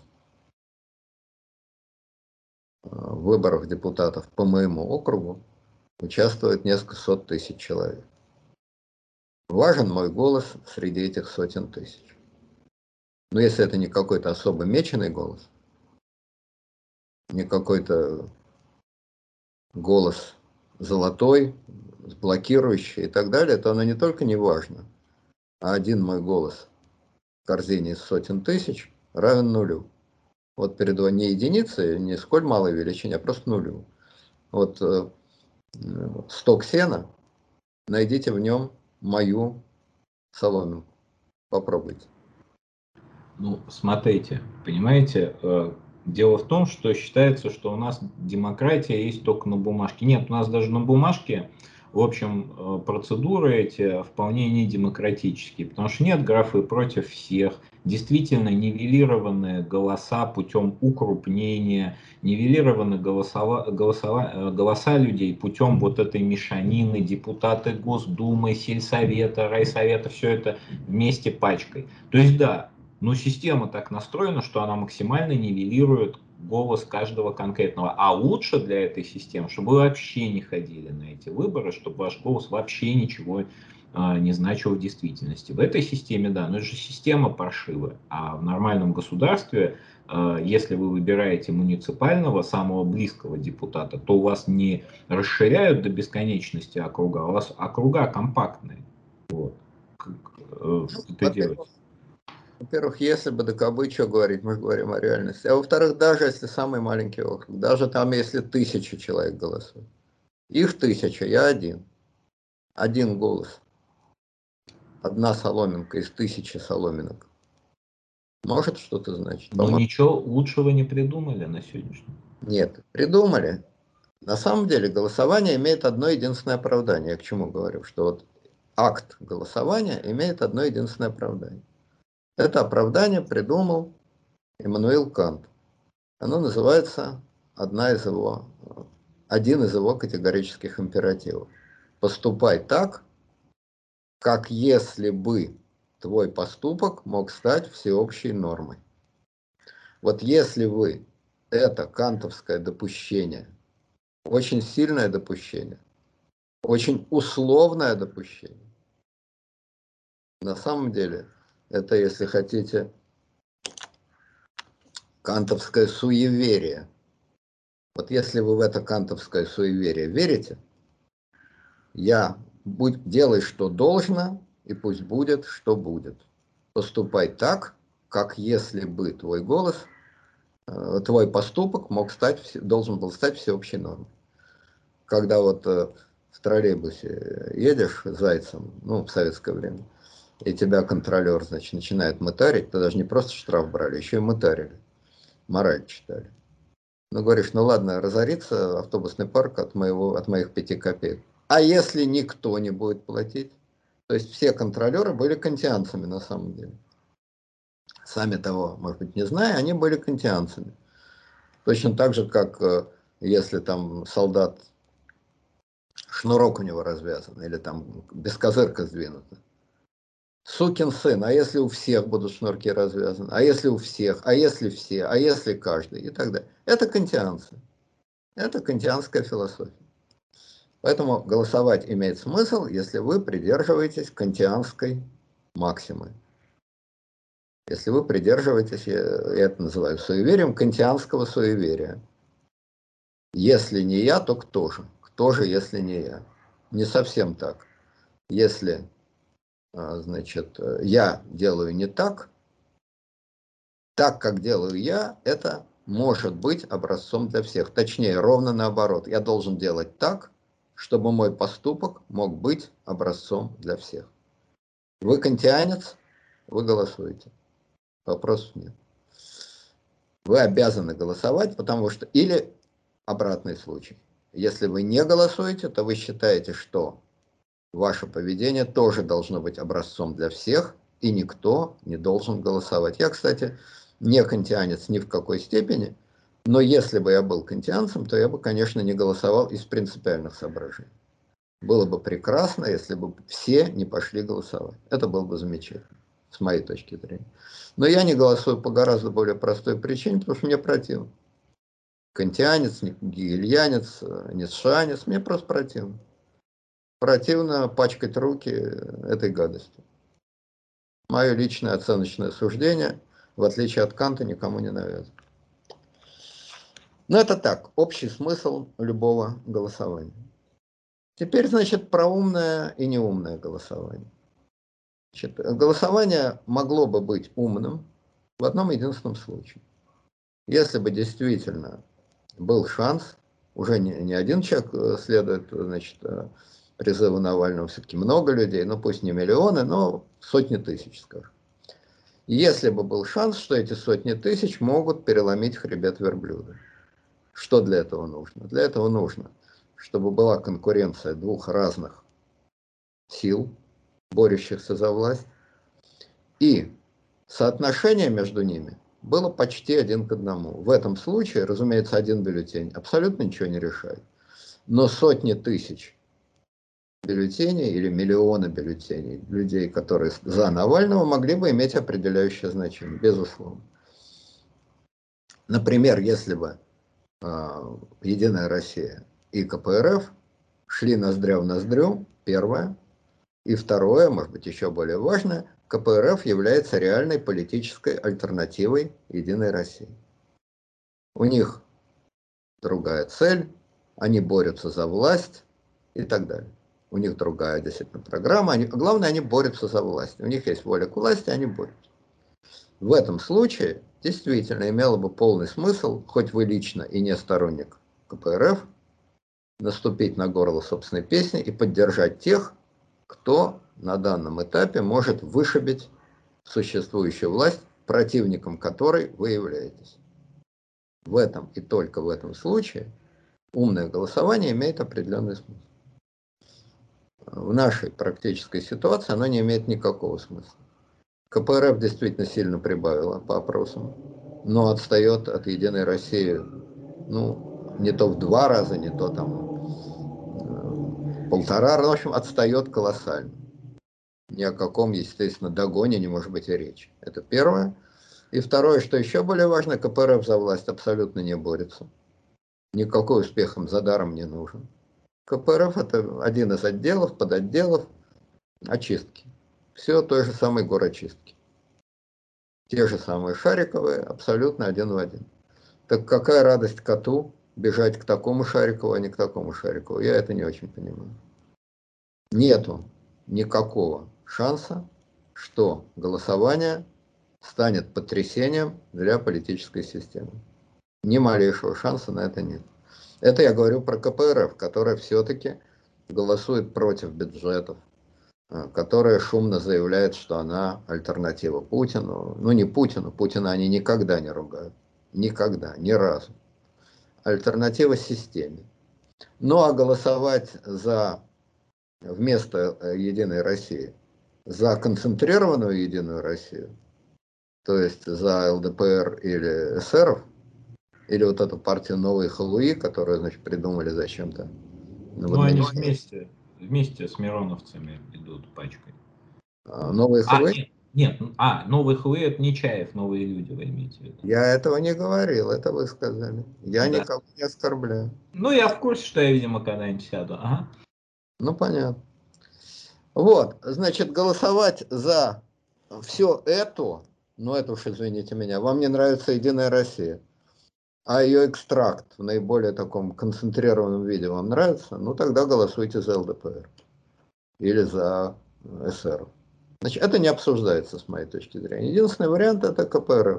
В выборах депутатов по моему округу участвует несколько сот тысяч человек. Важен мой голос среди этих сотен тысяч. Но если это не какой-то особо меченый голос, не какой-то голос золотой, блокирующий и так далее, то оно не только не важно, а один мой голос в корзине из сотен тысяч равен нулю. Вот перед вами не единицы, не сколь малой величине, а просто нулю. Вот сток сена, найдите в нем мою соломинку. Попробуйте. Ну, смотрите, понимаете, дело в том, что считается, что у нас демократия есть только на бумажке. Нет, у нас даже на бумажке, в общем, процедуры эти вполне не демократические, потому что нет графы против всех, действительно нивелированы голоса путем укрупнения, нивелированы голоса людей путем вот этой мешанины, депутаты Госдумы, сельсовета, райсовета, все это вместе пачкой. То есть да, но система так настроена, что она максимально нивелирует голос каждого конкретного. А лучше для этой системы, чтобы вы вообще не ходили на эти выборы, чтобы ваш голос вообще ничего не значил в действительности. В этой системе, да, но это же система паршивая. А в нормальном государстве, если вы выбираете муниципального, самого близкого депутата, то у вас не расширяют до бесконечности округа, а у вас округа компактные. Вот. Это делать. Во-первых, если бы ДКБ, что говорить, мы говорим о реальности. А во-вторых, даже если самый маленький округ, даже там, если 1000 человек голосует, их 1000, я один. Один голос. Одна соломинка из 1000 соломинок. Может что-то значить? Но По-моему, ничего лучшего не придумали на сегодняшний день. нет. Придумали. На самом деле голосование имеет одно единственное оправдание. Я к чему говорю? Что вот акт голосования имеет одно единственное оправдание. Это оправдание придумал Иммануил Кант. Оно называется один из его категорических императивов. Поступай так, как если бы твой поступок мог стать всеобщей нормой. Вот если вы это кантовское допущение, очень сильное допущение, очень условное допущение, на самом деле это, если хотите, кантовское суеверие. Вот если вы в это кантовское суеверие верите, делай, что должно, и пусть будет, что будет. Поступай так, как если бы твой голос, твой поступок должен был стать всеобщей нормой. Когда вот в троллейбусе едешь зайцем, ну, в советское время, и тебя контролер, значит, начинает мытарить, то даже не просто штраф брали, еще и мытарили, мораль читали. Ну, говоришь, ну ладно, разорится автобусный парк от моих 5 копеек. А если никто не будет платить? То есть все контролеры были кантианцами на самом деле. Сами того, может быть, не зная, они были кантианцами. Точно так же, как если там солдат, шнурок у него развязан, или там бескозырка сдвинута. Сукин сын, а если у всех будут шнурки развязаны, а если у всех, а если все, а если каждый и так далее. Это кантианцы, это кантианская философия. Поэтому голосовать имеет смысл, если вы придерживаетесь кантианской максимы. Если вы придерживаетесь, я это называю суеверием, кантианского суеверия. Если не я, то кто же? Кто же, если не я? Не совсем так. Если, значит, я делаю не так, так, как делаю я, это может быть образцом для всех. Точнее, ровно наоборот. Я должен делать так, чтобы мой поступок мог быть образцом для всех. Вы кантианец, вы голосуете. Вопросов нет. Вы обязаны голосовать, потому что... Или обратный случай. Если вы не голосуете, то вы считаете, что ваше поведение тоже должно быть образцом для всех, и никто не должен голосовать. Я, кстати, не кантианец ни в какой степени, но если бы я был кантианцем, то я бы, конечно, не голосовал из принципиальных соображений. Было бы прекрасно, если бы все не пошли голосовать. Это было бы замечательно, с моей точки зрения. Но я не голосую по гораздо более простой причине, потому что мне противно. Кантианец, гегельянец, ницшеанец, мне просто противно. Противно пачкать руки этой гадостью. Мое личное оценочное суждение, в отличие от Канта, никому не навязываю. Но это так, общий смысл любого голосования. Теперь, значит, про умное и неумное голосование. Значит, голосование могло бы быть умным в одном единственном случае. Если бы действительно был шанс, уже не один человек следует, значит, призыву Навального, все-таки много людей, ну пусть не миллионы, но сотни тысяч, скажем. Если бы был шанс, что эти сотни тысяч могут переломить хребет верблюда. Что для этого нужно? Для этого нужно, чтобы была конкуренция двух разных сил, борющихся за власть, и соотношение между ними было почти 1 к 1. В этом случае, разумеется, один бюллетень абсолютно ничего не решает. Но сотни тысяч бюллетеней или миллионы бюллетеней людей, которые за Навального, могли бы иметь определяющее значение, безусловно. Например, если бы Единая Россия и КПРФ шли ноздря в ноздрю, первое, и второе, может быть, еще более важное, КПРФ является реальной политической альтернативой Единой России. У них другая цель, они борются за власть и так далее. У них другая действительно программа, главное, они борются за власть. У них есть воля к власти, они борются. В этом случае действительно имело бы полный смысл, хоть вы лично и не сторонник КПРФ, наступить на горло собственной песни и поддержать тех, кто на данном этапе может вышибить существующую власть, противником которой вы являетесь. В этом и только в этом случае умное голосование имеет определенный смысл. В нашей практической ситуации оно не имеет никакого смысла. КПРФ действительно сильно прибавила по опросам, но отстает от Единой России, ну, не то в 2 раза, не то там 1,5 раза, в общем, отстает колоссально. Ни о каком, естественно, догоне не может быть и речи. Это первое. И второе, что еще более важно, КПРФ за власть абсолютно не борется. Никакой успех им за даром не нужен. КПРФ это один из отделов, подотделов очистки. Все той же самой горочистки. Те же самые Шариковые, абсолютно один в один. Так какая радость коту бежать к такому Шарикову, а не к такому Шарикову? Я это не очень понимаю. Нету никакого шанса, что голосование станет потрясением для политической системы. Ни малейшего шанса на это нет. Это я говорю про КПРФ, которая все-таки голосует против бюджетов, которая шумно заявляет, что она альтернатива Путину. Ну не Путину, Путина они никогда не ругают. Никогда, ни разу. Альтернатива системе. Ну а голосовать за вместо Единой России за концентрированную Единую Россию, то есть за ЛДПР или эсеров, или вот эту партию Новой Халуи, которую, значит, придумали зачем-то. Ну, они вместе с мироновцами идут пачкой. Новые хлы? Нет, новые хлы — это Нечаев, новые люди, вы имеете в виду. Я этого не говорил, это вы сказали. Я Да. никого не оскорбляю. Ну, я в курсе, что я, видимо, когда-нибудь сяду. Ага. Ну, понятно. Вот, значит, голосовать за все это, ну это уж извините меня, вам не нравится Единая Россия, а ее экстракт в наиболее таком концентрированном виде вам нравится, ну тогда голосуйте за ЛДПР или за СР. Значит, это не обсуждается с моей точки зрения. Единственный вариант это КПРФ.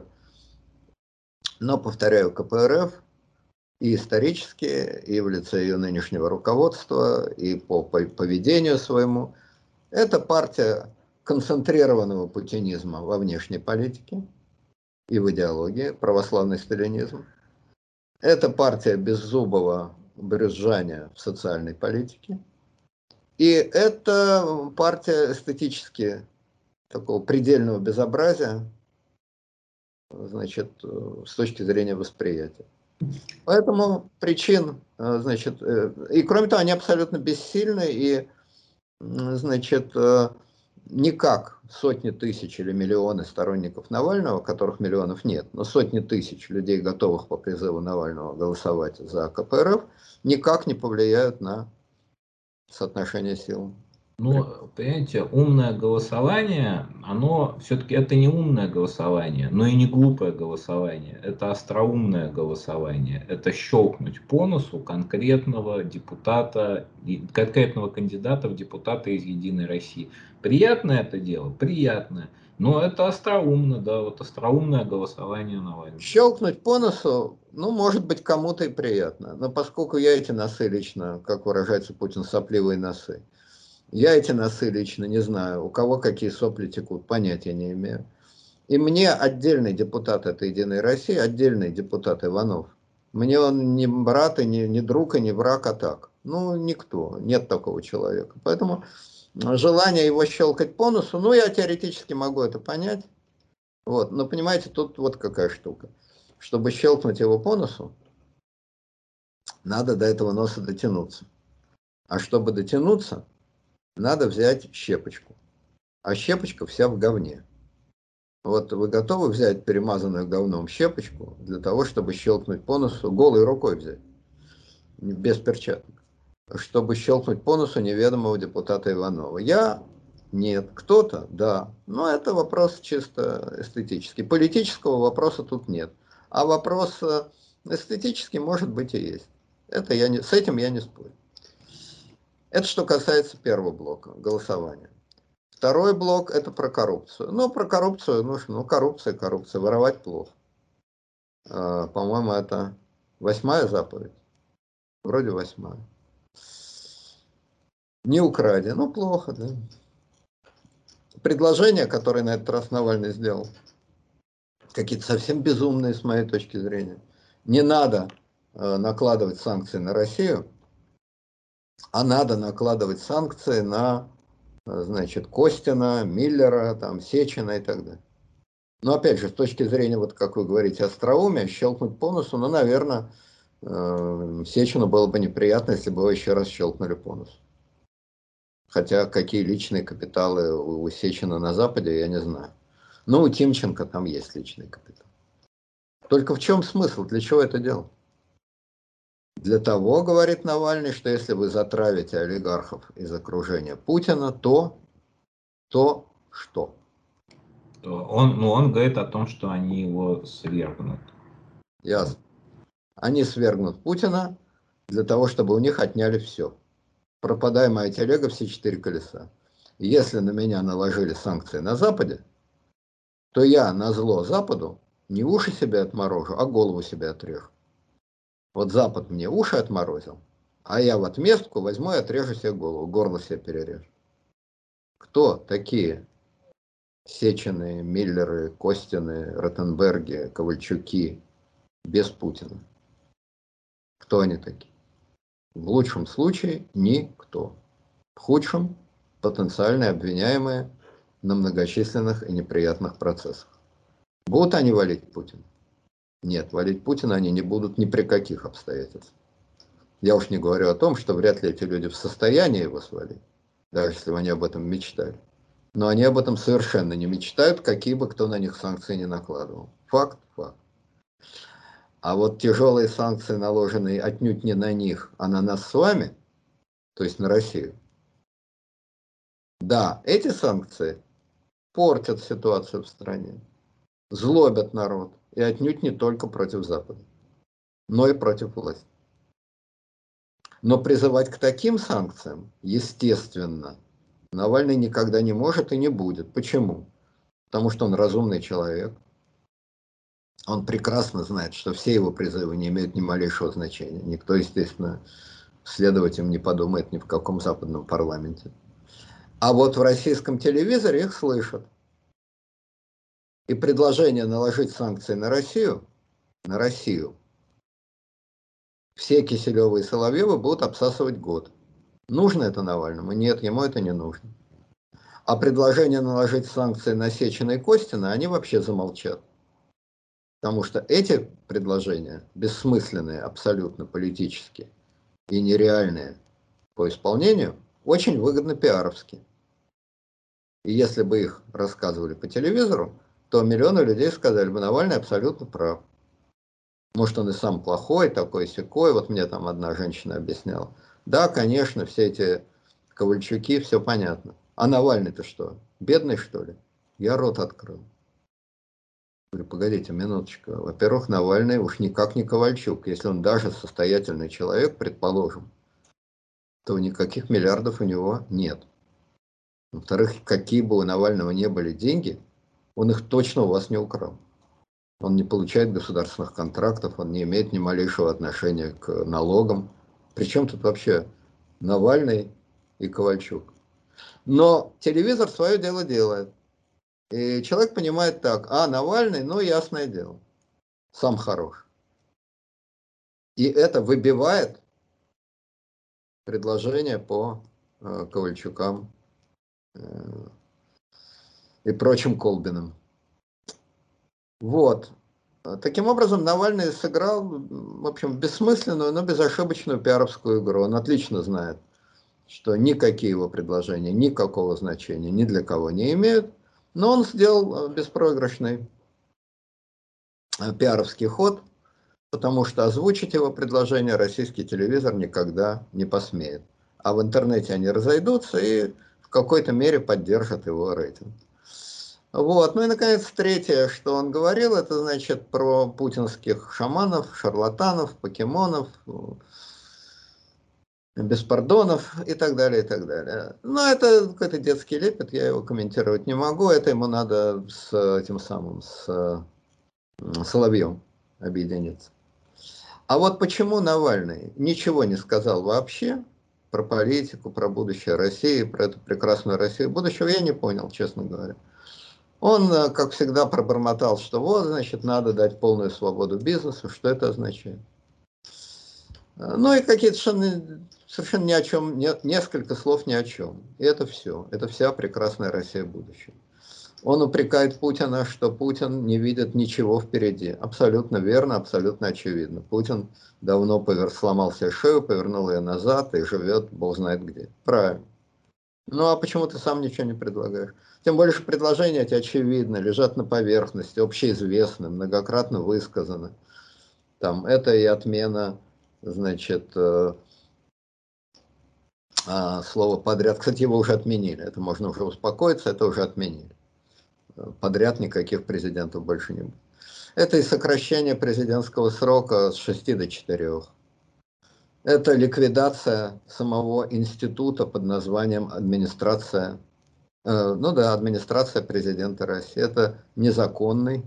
Но, повторяю, КПРФ и исторически, и в лице ее нынешнего руководства, и по поведению своему, это партия концентрированного путинизма во внешней политике и в идеологии, православный сталинизм. Это партия беззубого брюзжания в социальной политике. И это партия эстетически такого предельного безобразия, значит, с точки зрения восприятия. Поэтому причин, значит, и кроме того, они абсолютно бессильны, и, значит, никак сотни тысяч или миллионы сторонников Навального, которых миллионов нет, но сотни тысяч людей, готовых по призыву Навального голосовать за КПРФ, никак не повлияют на соотношение сил. Ну, понимаете, умное голосование, оно все-таки это не умное голосование, но и не глупое голосование. Это остроумное голосование. Это щелкнуть по носу конкретного депутата, конкретного кандидата в депутаты из Единой России. Приятное это дело? Приятное. Но это остроумно, да, вот остроумное голосование Навального. Щелкнуть по носу, ну, может быть, кому-то и приятно. Но поскольку я эти носы лично, как выражается Путин, сопливые носы, я эти носы лично не знаю, у кого какие сопли текут, понятия не имею. И мне отдельный депутат этой Единой России, отдельный депутат Иванов, мне он не брат, и не друг, и не враг, а так. Ну, никто, нет такого человека. Поэтому желание его щелкать по носу, ну, я теоретически могу это понять. Вот. Но понимаете, тут вот какая штука. Чтобы щелкнуть его по носу, надо до этого носа дотянуться. А чтобы дотянуться, надо взять щепочку. А щепочка вся в говне. Вот вы готовы взять перемазанную говном щепочку для того, чтобы щелкнуть по носу, голой рукой взять, без перчаток, чтобы щелкнуть по носу неведомого депутата Иванова? Я? Нет. Кто-то? Да. Но это вопрос чисто эстетический. Политического вопроса тут нет. А вопрос эстетический, может быть, и есть. Это с этим я не спорю. Это что касается первого блока, голосования. Второй блок – это про коррупцию. Ну, про коррупцию, коррупция, воровать плохо. По-моему, это 8-я заповедь. Вроде 8-я. Не укради, ну плохо, да. Предложения, которые на этот раз Навальный сделал, какие-то совсем безумные с моей точки зрения. Не надо накладывать санкции на Россию, а надо накладывать санкции на, значит, Костина, Миллера, там, Сечина и так далее. Но опять же, с точки зрения, вот как вы говорите, остроумия, щелкнуть по носу, ну, наверное, Сечину было бы неприятно, если бы его еще раз щелкнули по носу. Хотя какие личные капиталы у Сечина на Западе, я не знаю. Ну, у Тимченко там есть личный капитал. Только в чем смысл? Для чего это делать? Для того, говорит Навальный, что если вы затравите олигархов из окружения Путина, то что? Он говорит о том, что они его свергнут. Ясно. Они свергнут Путина для того, чтобы у них отняли все. Пропадай моя телега, все 4 колеса. Если на меня наложили санкции на Западе, то я на зло Западу не уши себе отморожу, а голову себе отрежу. Вот Запад мне уши отморозил, а я в отместку возьму и отрежу себе голову, горло себе перережу. Кто такие Сечины, Миллеры, Костины, Ротенберги, Ковальчуки без Путина? Кто они такие? В лучшем случае никто. В худшем потенциальные обвиняемые на многочисленных и неприятных процессах. Будут они валить Путина? Нет, валить Путина они не будут ни при каких обстоятельствах. Я уж не говорю о том, что вряд ли эти люди в состоянии его свалить, даже если бы они об этом мечтали. Но они об этом совершенно не мечтают, какие бы кто на них санкции не накладывал. Факт, факт. А вот тяжелые санкции, наложенные отнюдь не на них, а на нас с вами, то есть на Россию, да, эти санкции портят ситуацию в стране, злобят народ, и отнюдь не только против Запада, но и против власти. Но призывать к таким санкциям, естественно, Навальный никогда не может и не будет. Почему? Потому что он разумный человек. Он прекрасно знает, что все его призывы не имеют ни малейшего значения. Никто, естественно, следовать им не подумает ни в каком западном парламенте. А вот в российском телевизоре их слышат. И предложение наложить санкции на Россию, все Киселевы и Соловьевы будут обсасывать год. Нужно это Навальному? Нет, ему это не нужно. А предложение наложить санкции на Сечина и Костина, они вообще замолчат. Потому что эти предложения, бессмысленные абсолютно политически и нереальные по исполнению, очень выгодны пиаровски. И если бы их рассказывали по телевизору, то миллионы людей сказали бы, Навальный абсолютно прав. Может, он и сам плохой, такой-сякой. Вот мне там одна женщина объясняла. Да, конечно, все эти Ковальчуки, все понятно. А Навальный-то что, бедный, что ли? Я рот открыл. Говорю, погодите, минуточку. Во-первых, Навальный уж никак не Ковальчук. Если он даже состоятельный человек, предположим, то никаких миллиардов у него нет. Во-вторых, какие бы у Навального не были деньги, он их точно у вас не украл. Он не получает государственных контрактов, он не имеет ни малейшего отношения к налогам. Причем тут вообще Навальный и Ковальчук. Но телевизор свое дело делает. И человек понимает так, Навальный, ну ясное дело, сам хорош. И это выбивает предложение по Ковальчукам и прочим Колбинам. Вот. Таким образом, Навальный сыграл, в общем, бессмысленную, но безошибочную пиаровскую игру. Он отлично знает, что никакие его предложения никакого значения ни для кого не имеют, но он сделал беспроигрышный пиаровский ход, потому что озвучить его предложение российский телевизор никогда не посмеет. А в интернете они разойдутся и в какой-то мере поддержат его рейтинг. Вот. Ну и, наконец, третье, что он говорил, это, значит, про путинских шаманов, шарлатанов, покемонов, беспардонов и так далее, и так далее. Но это какой-то детский лепет, я его комментировать не могу, это ему надо с этим самым, с Соловьем объединиться. А вот почему Навальный ничего не сказал вообще про политику, про будущее России, про эту прекрасную Россию будущего, я не понял, честно говоря. Он, как всегда, пробормотал, что вот, значит, надо дать полную свободу бизнесу, что это означает. Ну и какие-то совершенно ни о чем, несколько слов ни о чем. И это все. Это вся прекрасная Россия будущего. Он упрекает Путина, что Путин не видит ничего впереди. Абсолютно верно, абсолютно очевидно. Путин давно сломал себе шею, повернул ее назад и живет бог знает где. Правильно. Ну а почему ты сам ничего не предлагаешь? Тем более, что предложения эти очевидно, лежат на поверхности, общеизвестны, многократно высказаны. Там это и отмена, значит, слово подряд. Кстати, его уже отменили. Это можно уже успокоиться, это уже отменили. Подряд никаких президентов больше не будет. Это и сокращение президентского срока с 6 до 4. Это ликвидация самого института под названием администрация. Ну да, администрация президента России. Это незаконный,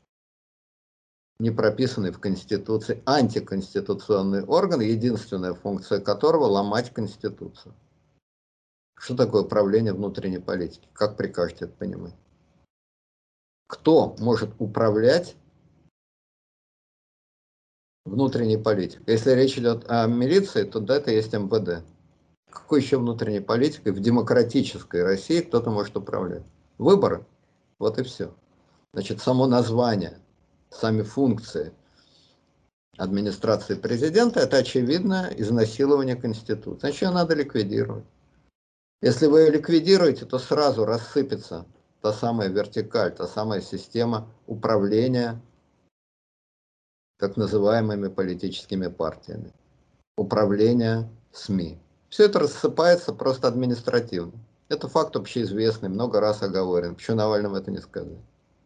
не прописанный в Конституции, антиконституционный орган, единственная функция которого – ломать Конституцию. Что такое управление внутренней политики? Как прикажете это понимать? Кто может управлять внутренней политикой? Если речь идет о милиции, то да, это есть МВД. Какой еще внутренней политикой в демократической России кто-то может управлять? Выборы. Вот и все. Значит, само название, сами функции администрации президента – это очевидное изнасилование Конституции. Значит, ее надо ликвидировать. Если вы ее ликвидируете, то сразу рассыпется та самая вертикаль, та самая система управления так называемыми политическими партиями, управления СМИ. Все это рассыпается просто административно. Это факт общеизвестный, много раз оговорен. Почему Навальному это не сказать?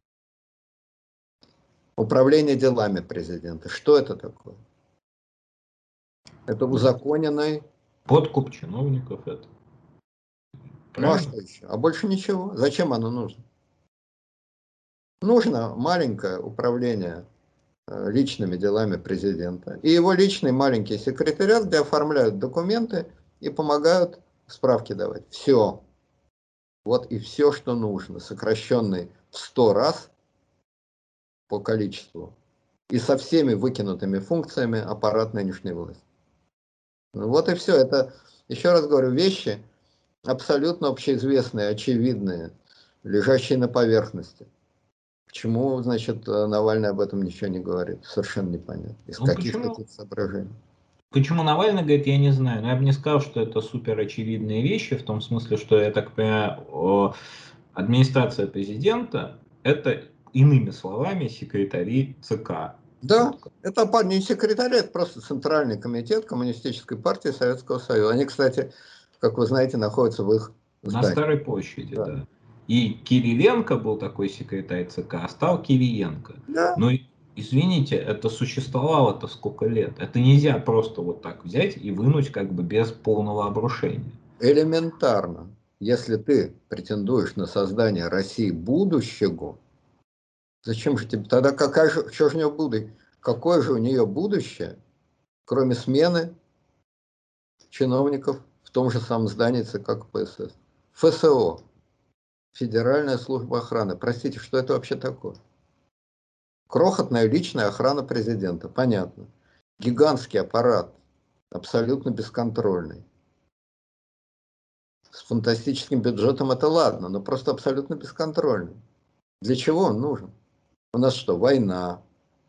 Управление делами президента. Что это такое? Это узаконенный. Подкуп чиновников это. Ну а Правильно? что еще? А больше ничего. Зачем оно нужно? Нужно маленькое управление личными делами президента и его личный маленький секретариат, где оформляют документы и помогают справки давать. Все. Вот и все, что нужно, сокращенный в 100 раз по количеству и со всеми выкинутыми функциями аппарат нынешней власти. Ну, вот и все. Это, еще раз говорю, вещи абсолютно общеизвестные, очевидные, лежащие на поверхности. Почему, значит, Навальный об этом ничего не говорит? Совершенно непонятно. Из Ну каких почему? таких соображений? Почему Навальный говорит, я не знаю. Но я бы не сказал, что это супер очевидные вещи, в том смысле, что я так понимаю, администрация президента это, иными словами, секретари ЦК. Да, Вот. это не секретарь, это просто Центральный комитет Коммунистической партии Советского Союза. Они, кстати, как вы знаете, находятся в их На здании. Старой площади, Да. да. И Кириленко был такой секретарь ЦК, а стал Кириенко. Да. Но, извините, это существовало-то сколько лет? Это нельзя просто вот так взять и вынуть как бы без полного обрушения. Элементарно. Если ты претендуешь на создание России будущего, зачем же тебе тогда какая же, что же у нее будущее? Какое же у нее будущее, кроме смены чиновников в том же самом здании ЦК КПСС? ФСО, Федеральная служба охраны. Простите, что это вообще такое? Крохотная личная охрана президента, понятно. Гигантский аппарат, абсолютно бесконтрольный. С фантастическим бюджетом это ладно, но просто абсолютно бесконтрольный. Для чего он нужен? У нас что, война?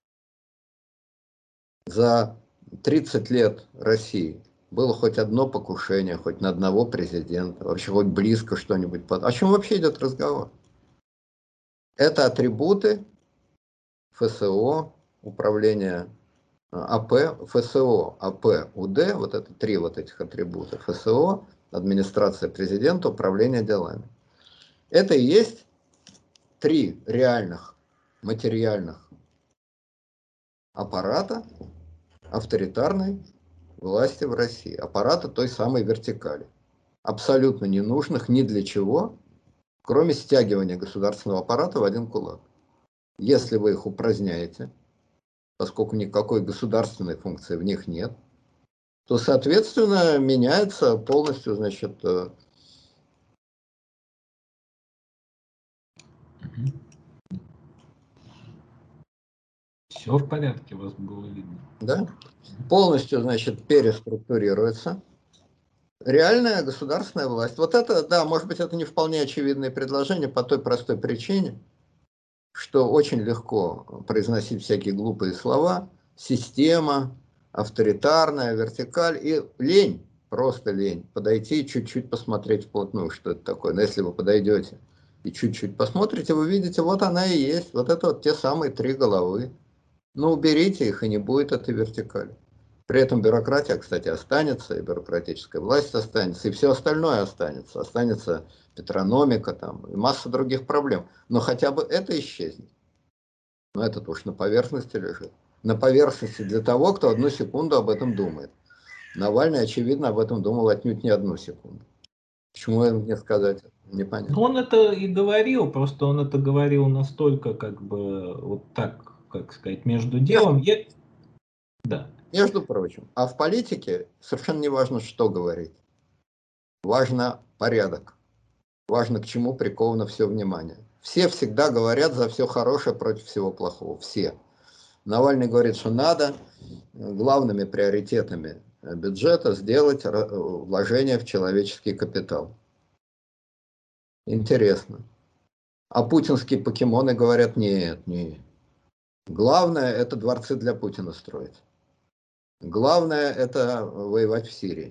За 30 лет России было хоть одно покушение, хоть на одного президента, вообще хоть близко что-нибудь. О чем вообще идет разговор? Это атрибуты ФСО, управления АП, ФСО, АП, УД, вот это три вот этих атрибута. ФСО, администрация президента, управление делами. Это и есть три реальных материальных аппарата авторитарной власти в России. Аппарата той самой вертикали. Абсолютно ненужных ни для чего, кроме стягивания государственного аппарата в один кулак. Если вы их упраздняете, поскольку никакой государственной функции в них нет, то, соответственно, меняется полностью, значит, Все в порядке, вас было видно. да, полностью, значит, переструктурируется реальная государственная власть. Вот это, да, может быть, это не вполне очевидное предложение по той простой причине, что очень легко произносить всякие глупые слова, система, авторитарная, вертикаль, и лень, просто лень, подойти и чуть-чуть посмотреть вплотную, что это такое. Но если вы подойдете и чуть-чуть посмотрите, вы видите, вот она и есть, вот это вот те самые три головы. Ну, уберите их, и не будет этой вертикали. При этом бюрократия, кстати, останется, и бюрократическая власть останется, и все остальное останется. Останется петрономика там, и масса других проблем. Но хотя бы это исчезнет. Но это уж на поверхности лежит. На поверхности для того, кто одну секунду об этом думает. Навальный, очевидно, об этом думал отнюдь не одну секунду. Почему мне сказать? Непонятно. Он это и говорил, просто он это говорил настолько, как бы, вот так, как сказать, между делом. Да. Между прочим, а в политике совершенно не важно, что говорить. Важно порядок. Важно, к чему приковано все внимание. Все всегда говорят за все хорошее против всего плохого. Все. Навальный говорит, что надо главными приоритетами бюджета сделать вложение в человеческий капитал. Интересно. А путинские покемоны говорят, нет, нет. Главное это дворцы для Путина строить. Главное это воевать в Сирии.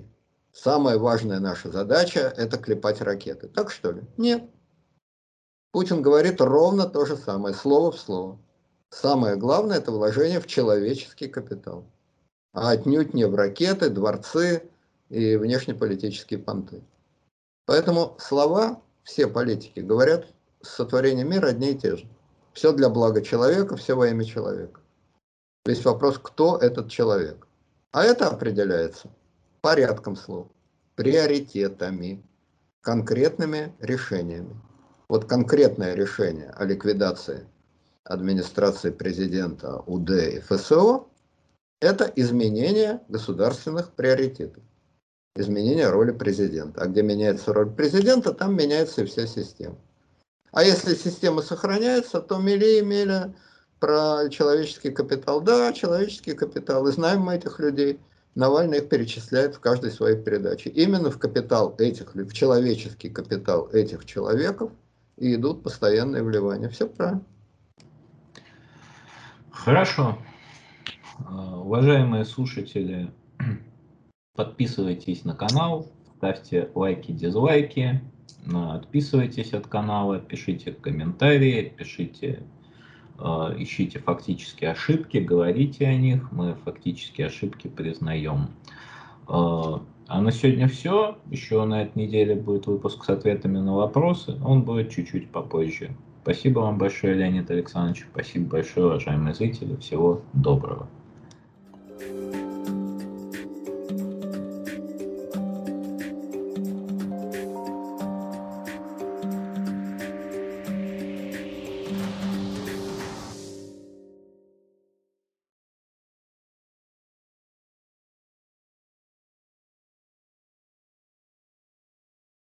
самая важная наша задача – это клепать ракеты. Так что ли? Нет. Путин говорит ровно то же самое, слово в слово. Самое главное – это вложение в человеческий капитал, а отнюдь не в ракеты, дворцы и внешнеполитические понты. Поэтому слова все политики говорят с сотворением мира одни и те же. Все для блага человека, все во имя человека. Весь вопрос, кто этот человек. А это определяется порядком слов, приоритетами, конкретными решениями. Вот конкретное решение о ликвидации администрации президента, УД и ФСО – это изменение государственных приоритетов, изменение роли президента. А где меняется роль президента, там меняется и вся система. А если система сохраняется, то мели про человеческий капитал. Да, человеческий капитал. И знаем мы этих людей. Навальный их перечисляет в каждой своей передаче. Именно в капитал этих, в человеческий капитал этих человеков и идут постоянные вливания. Все правильно. Хорошо. Уважаемые слушатели, подписывайтесь на канал, ставьте лайки, дизлайки, отписывайтесь от канала, пишите комментарии, ищите фактические ошибки, говорите о них, мы фактические ошибки признаем. А на сегодня все. Еще на этой неделе будет выпуск с ответами на вопросы. Он будет чуть-чуть попозже. Спасибо вам большое, Леонид Александрович. Спасибо большое, уважаемые зрители. Всего доброго.